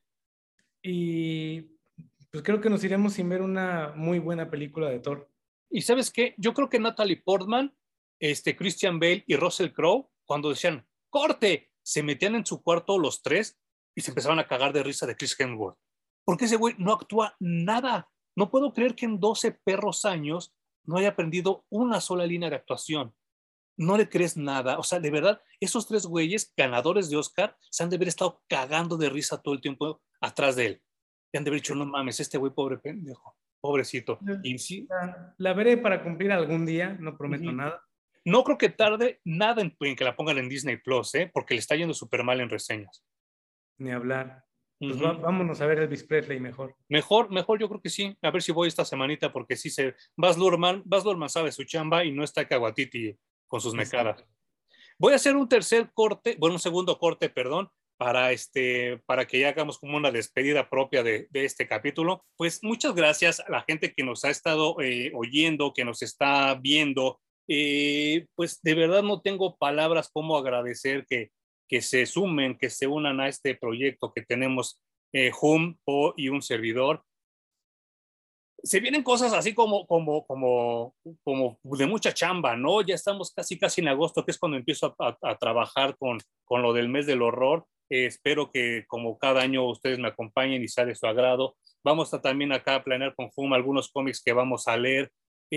Y pues creo que nos iremos sin ver una muy buena película de Thor. Y ¿sabes qué? Yo creo que Natalie Portman, Christian Bale y Russell Crowe, cuando decían ¡corte!, se metían en su cuarto los tres y se empezaban a cagar de risa de Chris Hemsworth. Porque ese güey no actúa nada. No puedo creer que en 12 perros años no haya aprendido una sola línea de actuación. No le crees nada. O sea, de verdad, esos tres güeyes ganadores de Oscar se han de haber estado cagando de risa todo el tiempo atrás de él. Y han de haber dicho, no mames, este güey pobre pendejo, pobrecito. Y sí, La veré para cumplir algún día, no prometo uh-huh. nada. No creo que tarde nada en que la pongan en Disney Plus, porque le está yendo súper mal en reseñas. Ni hablar. Pues Uh-huh. vámonos a ver Elvis Presley mejor. Mejor, yo creo que sí. A ver si voy esta semanita, porque sí se. Baz Luhrmann sabe su chamba y no está Caguatiti con sus mecadas. Voy a hacer un segundo corte, perdón, para que ya hagamos como una despedida propia de este capítulo. Pues muchas gracias a la gente que nos ha estado oyendo, que nos está viendo. Pues de verdad no tengo palabras como agradecer que se sumen, que se unan a este proyecto que tenemos Po y un servidor. Se vienen cosas así como de mucha chamba, ¿no? Ya estamos casi en agosto, que es cuando empiezo a trabajar con lo del mes del horror. Espero que como cada año ustedes me acompañen y sea de su agrado. Vamos a también acá a planear con Hum algunos cómics que vamos a leer.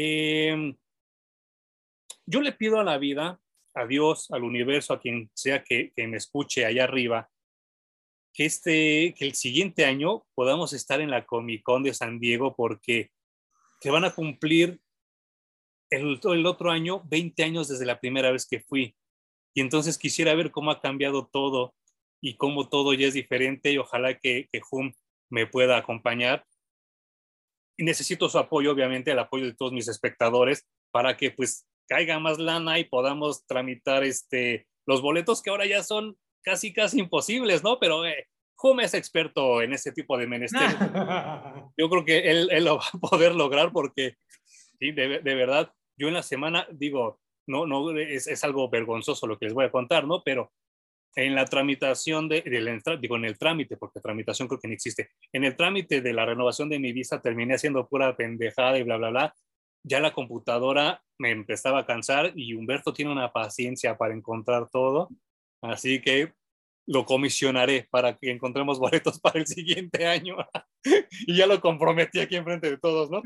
Yo le pido a la vida, a Dios, al universo, a quien sea que me escuche allá arriba, que el siguiente año podamos estar en la Comic Con de San Diego, porque se van a cumplir el otro año 20 años desde la primera vez que fui. Y entonces quisiera ver cómo ha cambiado todo y cómo todo ya es diferente, y ojalá que Hum me pueda acompañar. Y necesito su apoyo, obviamente, el apoyo de todos mis espectadores, para que pues caiga más lana y podamos tramitar los boletos, que ahora ya son casi imposibles, ¿no? Pero Hum es experto en ese tipo de menesteres. Yo creo que él lo va a poder lograr, porque Sí, de verdad, yo en la semana, digo, no es algo vergonzoso lo que les voy a contar, ¿no? Pero en la tramitación digo, en el trámite, porque tramitación creo que no existe, en el trámite de la renovación de mi visa terminé haciendo pura pendejada y bla, bla, bla. Ya la computadora me empezaba a cansar y Humberto tiene una paciencia para encontrar todo, así que lo comisionaré para que encontremos boletos para el siguiente año. Y ya lo comprometí aquí enfrente de todos, ¿no?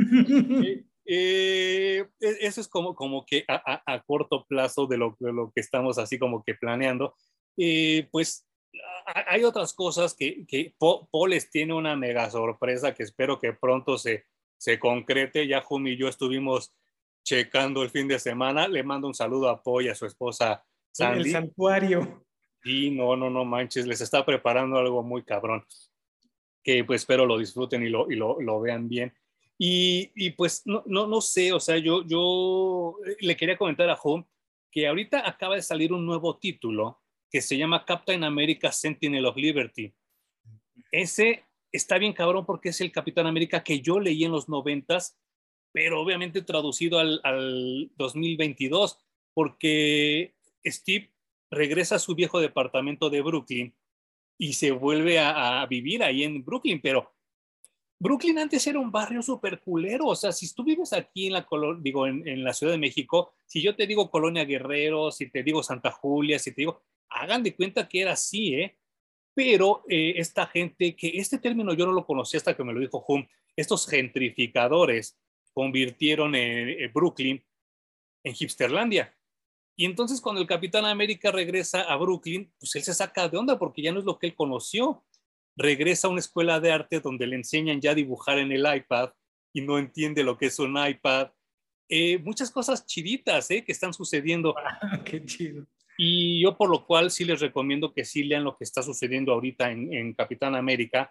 Eso es como que a corto plazo de lo que estamos así como que planeando. Pues hay otras cosas que Poles tiene una mega sorpresa que espero que pronto se concrete. Ya Jumi y yo estuvimos checando el fin de semana. Le mando un saludo a Paul y a su esposa El Sandy. santuario. Y no manches, les está preparando algo muy cabrón, que pues espero lo disfruten y lo vean bien. Y pues no sé, o sea, yo le quería comentar a Home que ahorita acaba de salir un nuevo título que se llama Captain America Sentinel of Liberty. Ese está bien cabrón porque es el Capitán América que yo leí en los 90s, pero obviamente traducido al 2022, porque Steve regresa a su viejo departamento de Brooklyn y se vuelve a vivir ahí en Brooklyn, pero Brooklyn antes era un barrio súper culero. O sea, si tú vives aquí digo, en la Ciudad de México, si yo te digo Colonia Guerrero, si te digo Santa Julia, si te digo, hagan de cuenta que era así, ¿eh? Pero esta gente, que este término yo no lo conocía hasta que me lo dijo Hum, estos gentrificadores convirtieron Brooklyn en Hipsterlandia. Y entonces cuando el Capitán América regresa a Brooklyn, pues él se saca de onda porque ya no es lo que él conoció. Regresa a una escuela de arte donde le enseñan ya a dibujar en el iPad y no entiende lo que es un iPad. Muchas cosas chiditas que están sucediendo. Qué chido. Y yo por lo cual sí les recomiendo que sí lean lo que está sucediendo ahorita en Capitán América.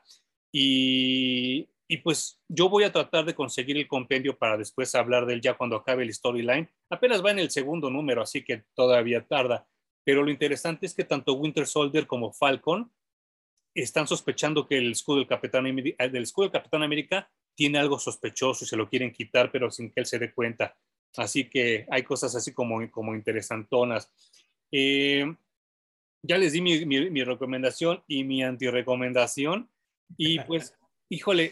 Y pues yo voy a tratar de conseguir el compendio para después hablar de él ya cuando acabe el storyline. Apenas va en el segundo número, así que todavía tarda. Pero lo interesante es que tanto Winter Soldier como Falcon están sospechando que del escudo del Capitán América tiene algo sospechoso y se lo quieren quitar, pero sin que él se dé cuenta. Así que hay cosas así como interesantonas. Eh, ya les di mi recomendación y mi antirecomendación. Y pues, híjole,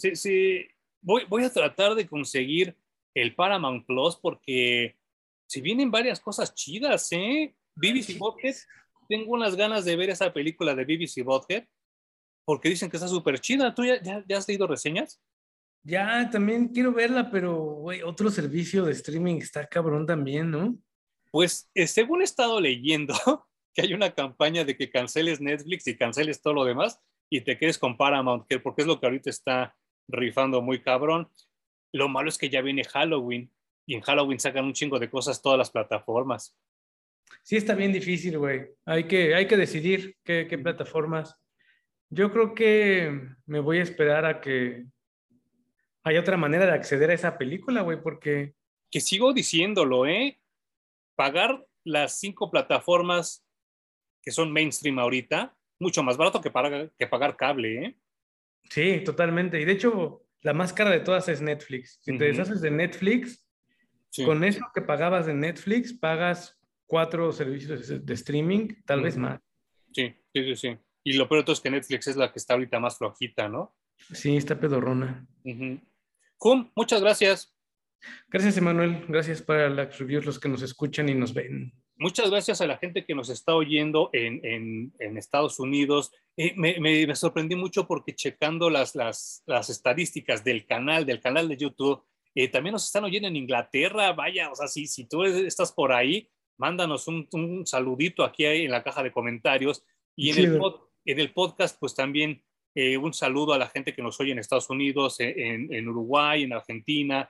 voy a tratar de conseguir el Paramount Plus porque si vienen varias cosas chidas, ¿eh? Beavis y Butthead, tengo unas ganas de ver esa película de Beavis y Butthead porque dicen que está súper chida. ¿Tú ya has leído reseñas? Ya, también quiero verla, pero, güey, otro servicio de streaming está cabrón también, ¿no? Pues según he estado leyendo, que hay una campaña de que canceles Netflix y canceles todo lo demás y te quedes con Paramount, porque es lo que ahorita está rifando muy cabrón. Lo malo es que ya viene Halloween y en Halloween sacan un chingo de cosas todas las plataformas. Sí, está bien difícil, güey. Hay que decidir qué plataformas. Yo creo que me voy a esperar a que haya otra manera de acceder a esa película, güey, porque Que sigo diciéndolo, pagar las 5 plataformas que son mainstream ahorita, mucho más barato que pagar cable, sí, totalmente. Y de hecho, la más cara de todas es Netflix. Si te Uh-huh. deshaces de Netflix, Sí. con eso que pagabas de Netflix, pagas 4 servicios de streaming, tal vez Uh-huh. más. Sí. Y lo peor de todo es que Netflix es la que está ahorita más flojita, ¿no? Sí, está pedorrona. Uh-huh. Cum, muchas gracias. Gracias, Emanuel. Gracias para las reviews, los que nos escuchan y nos ven. Muchas gracias a la gente que nos está oyendo en Estados Unidos. Me sorprendí mucho porque checando las estadísticas del canal de YouTube, también nos están oyendo en Inglaterra. Vaya, o sea, si tú estás por ahí, mándanos un saludito aquí en la caja de comentarios. Y Chido. en el podcast, pues también un saludo a la gente que nos oye en Estados Unidos, en Uruguay, en Argentina,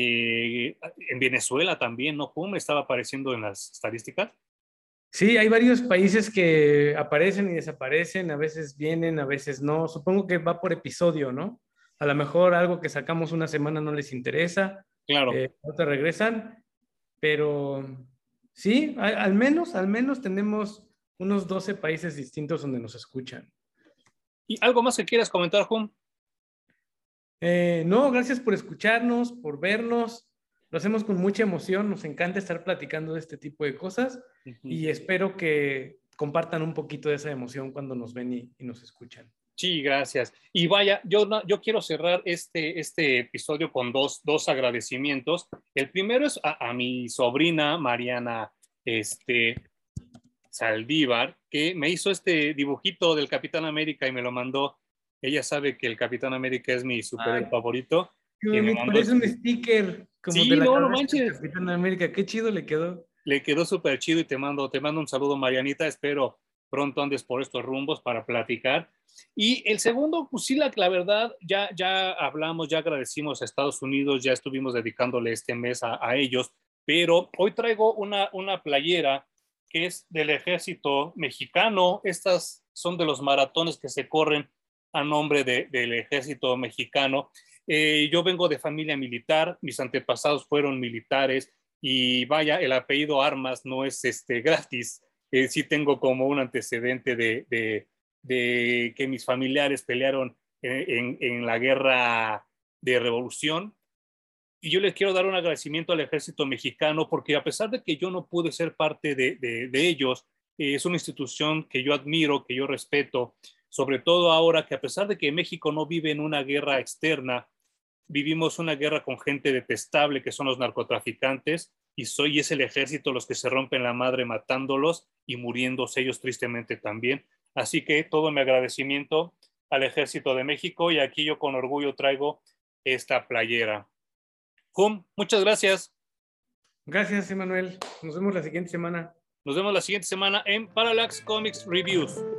en Venezuela también, ¿no? ¿Cómo me estaba apareciendo en las estadísticas? Sí, hay varios países que aparecen y desaparecen, a veces vienen, a veces no. Supongo que va por episodio, ¿no? A lo mejor algo que sacamos una semana no les interesa, Claro. no te regresan, pero sí, al menos tenemos unos 12 países distintos donde nos escuchan. ¿Y algo más que quieras comentar, Jun? No, gracias por escucharnos, por vernos. Lo hacemos con mucha emoción, nos encanta estar platicando de este tipo de cosas y espero que compartan un poquito de esa emoción cuando nos ven y nos escuchan. Sí, gracias. Y vaya, yo quiero cerrar este episodio con dos agradecimientos. El primero es a mi sobrina Mariana Saldívar, que me hizo este dibujito del Capitán América y me lo mandó. Ella sabe que el Capitán América es mi superhéroe favorito. Qué Y me bonito, mandó parece un sticker como de Sí, la no, no cabeza del manches. Capitán América. Qué chido le quedó. Le quedó súper chido y te mando un saludo, Marianita. Espero pronto andes por estos rumbos para platicar. Y el segundo, pues sí, la verdad, ya hablamos, ya agradecimos a Estados Unidos, ya estuvimos dedicándole este mes a ellos, pero hoy traigo una playera que es del ejército mexicano. Estas son de los maratones que se corren a nombre del ejército mexicano. Yo vengo de familia militar, mis antepasados fueron militares, y vaya, el apellido Armas no es gratis. Sí tengo como un antecedente de que mis familiares pelearon en la guerra de revolución. Y yo les quiero dar un agradecimiento al ejército mexicano porque a pesar de que yo no pude ser parte de ellos, es una institución que yo admiro, que yo respeto, sobre todo ahora que a pesar de que México no vive en una guerra externa, vivimos una guerra con gente detestable que son los narcotraficantes y es el ejército los que se rompen la madre matándolos y muriéndose ellos tristemente también. Así que todo mi agradecimiento al ejército de México y aquí yo con orgullo traigo esta playera. Muchas gracias. Gracias, Emanuel. Nos vemos la siguiente semana. Nos vemos la siguiente semana en Parallax Comics Reviews.